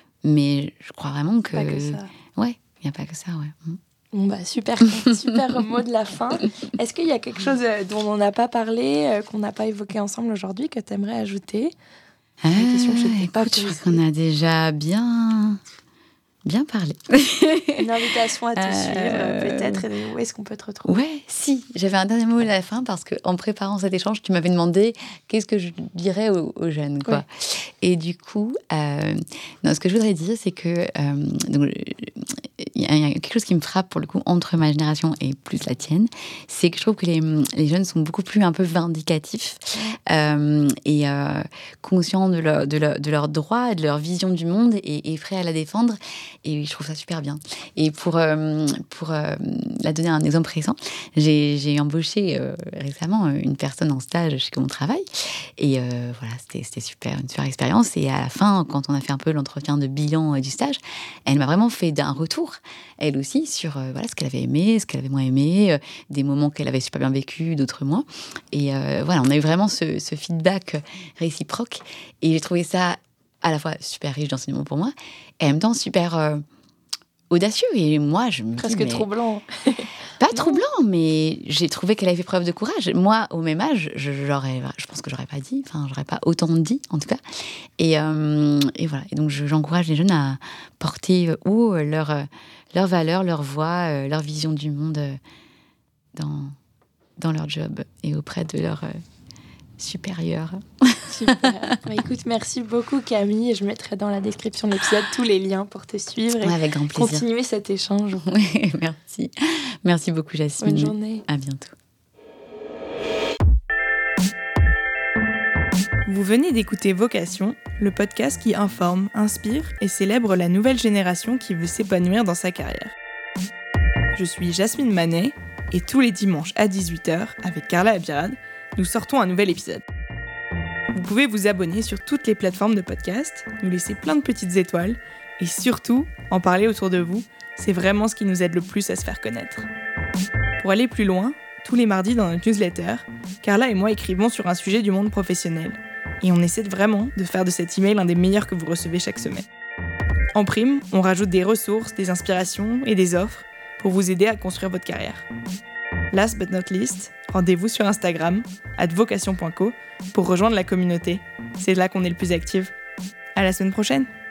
Mais je crois vraiment que... Pas que ça. Ouais, il n'y a pas que ça, ouais. Mmh. Bon bah super, super mot de la fin. Est-ce qu'il y a quelque chose dont on n'a pas parlé, qu'on n'a pas évoqué ensemble aujourd'hui, que tu aimerais ajouter ? Ah, Une question que je t'ai pas posée. Je crois qu'on a déjà bien, bien parlé. Une invitation à te euh... suivre, peut-être. Où est-ce qu'on peut te retrouver ? Ouais, si. J'avais un dernier mot à la fin parce qu'en préparant cet échange, tu m'avais demandé qu'est-ce que je dirais aux, aux jeunes, quoi. Ouais. Et du coup, euh, non, ce que je voudrais dire, c'est que euh, donc, il y, y a quelque chose qui me frappe pour le coup entre ma génération et plus la tienne, c'est que je trouve que les, les jeunes sont beaucoup plus un peu vindicatifs euh, et euh, conscients de, leur, de, leur, de leurs droits, de leur vision du monde et, et prêts à la défendre. Et je trouve ça super bien. Et pour, euh, pour euh, la donner un exemple récent, j'ai, j'ai embauché euh, récemment une personne en stage chez mon travail. Et euh, voilà, c'était, c'était super, une super expérience. Et à la fin, quand on a fait un peu l'entretien de bilan du stage, elle m'a vraiment fait un retour, elle aussi, sur euh, voilà, ce qu'elle avait aimé, ce qu'elle avait moins aimé, euh, des moments qu'elle avait super bien vécu, d'autres moins. Et euh, voilà, on a eu vraiment ce, ce feedback réciproque. Et j'ai trouvé ça à la fois super riche d'enseignement pour moi, et en même temps super euh, audacieux. Et moi, je me Presque dis... mais... troublant. Pas troublant, mais j'ai trouvé qu'elle avait fait preuve de courage. Moi, au même âge, je, j'aurais, je pense que j'aurais pas dit, enfin, j'aurais pas autant dit, en tout cas. Et, euh, et voilà. Et donc, je, j'encourage les jeunes à porter haut leurs leur valeurs, leur voix, euh, leur vision du monde euh, dans, dans leur job et auprès de leurs euh, supérieurs. Super. Bah, écoute, merci beaucoup Camille. Je mettrai dans la description de l'épisode tous les liens pour te suivre et ouais, avec grand plaisir. Continuer cet échange. Ouais, merci. Merci beaucoup Jasmine. Bonne journée. À bientôt. Vous venez d'écouter Vocation, le podcast qui informe, inspire et célèbre la nouvelle génération qui veut s'épanouir dans sa carrière. Je suis Jasmine Manet et tous les dimanches à dix-huit heures, avec Carla Abirad, nous sortons un nouvel épisode. Vous pouvez vous abonner sur toutes les plateformes de podcast, nous laisser plein de petites étoiles et surtout en parler autour de vous. C'est vraiment ce qui nous aide le plus à se faire connaître. Pour aller plus loin, tous les mardis dans notre newsletter, Carla et moi écrivons sur un sujet du monde professionnel. Et on essaie vraiment de faire de cet email un des meilleurs que vous recevez chaque semaine. En prime, on rajoute des ressources, des inspirations et des offres pour vous aider à construire votre carrière. Last but not least, rendez-vous sur Instagram, arobase vocation point co, pour rejoindre la communauté. C'est là qu'on est le plus actifs. À la semaine prochaine!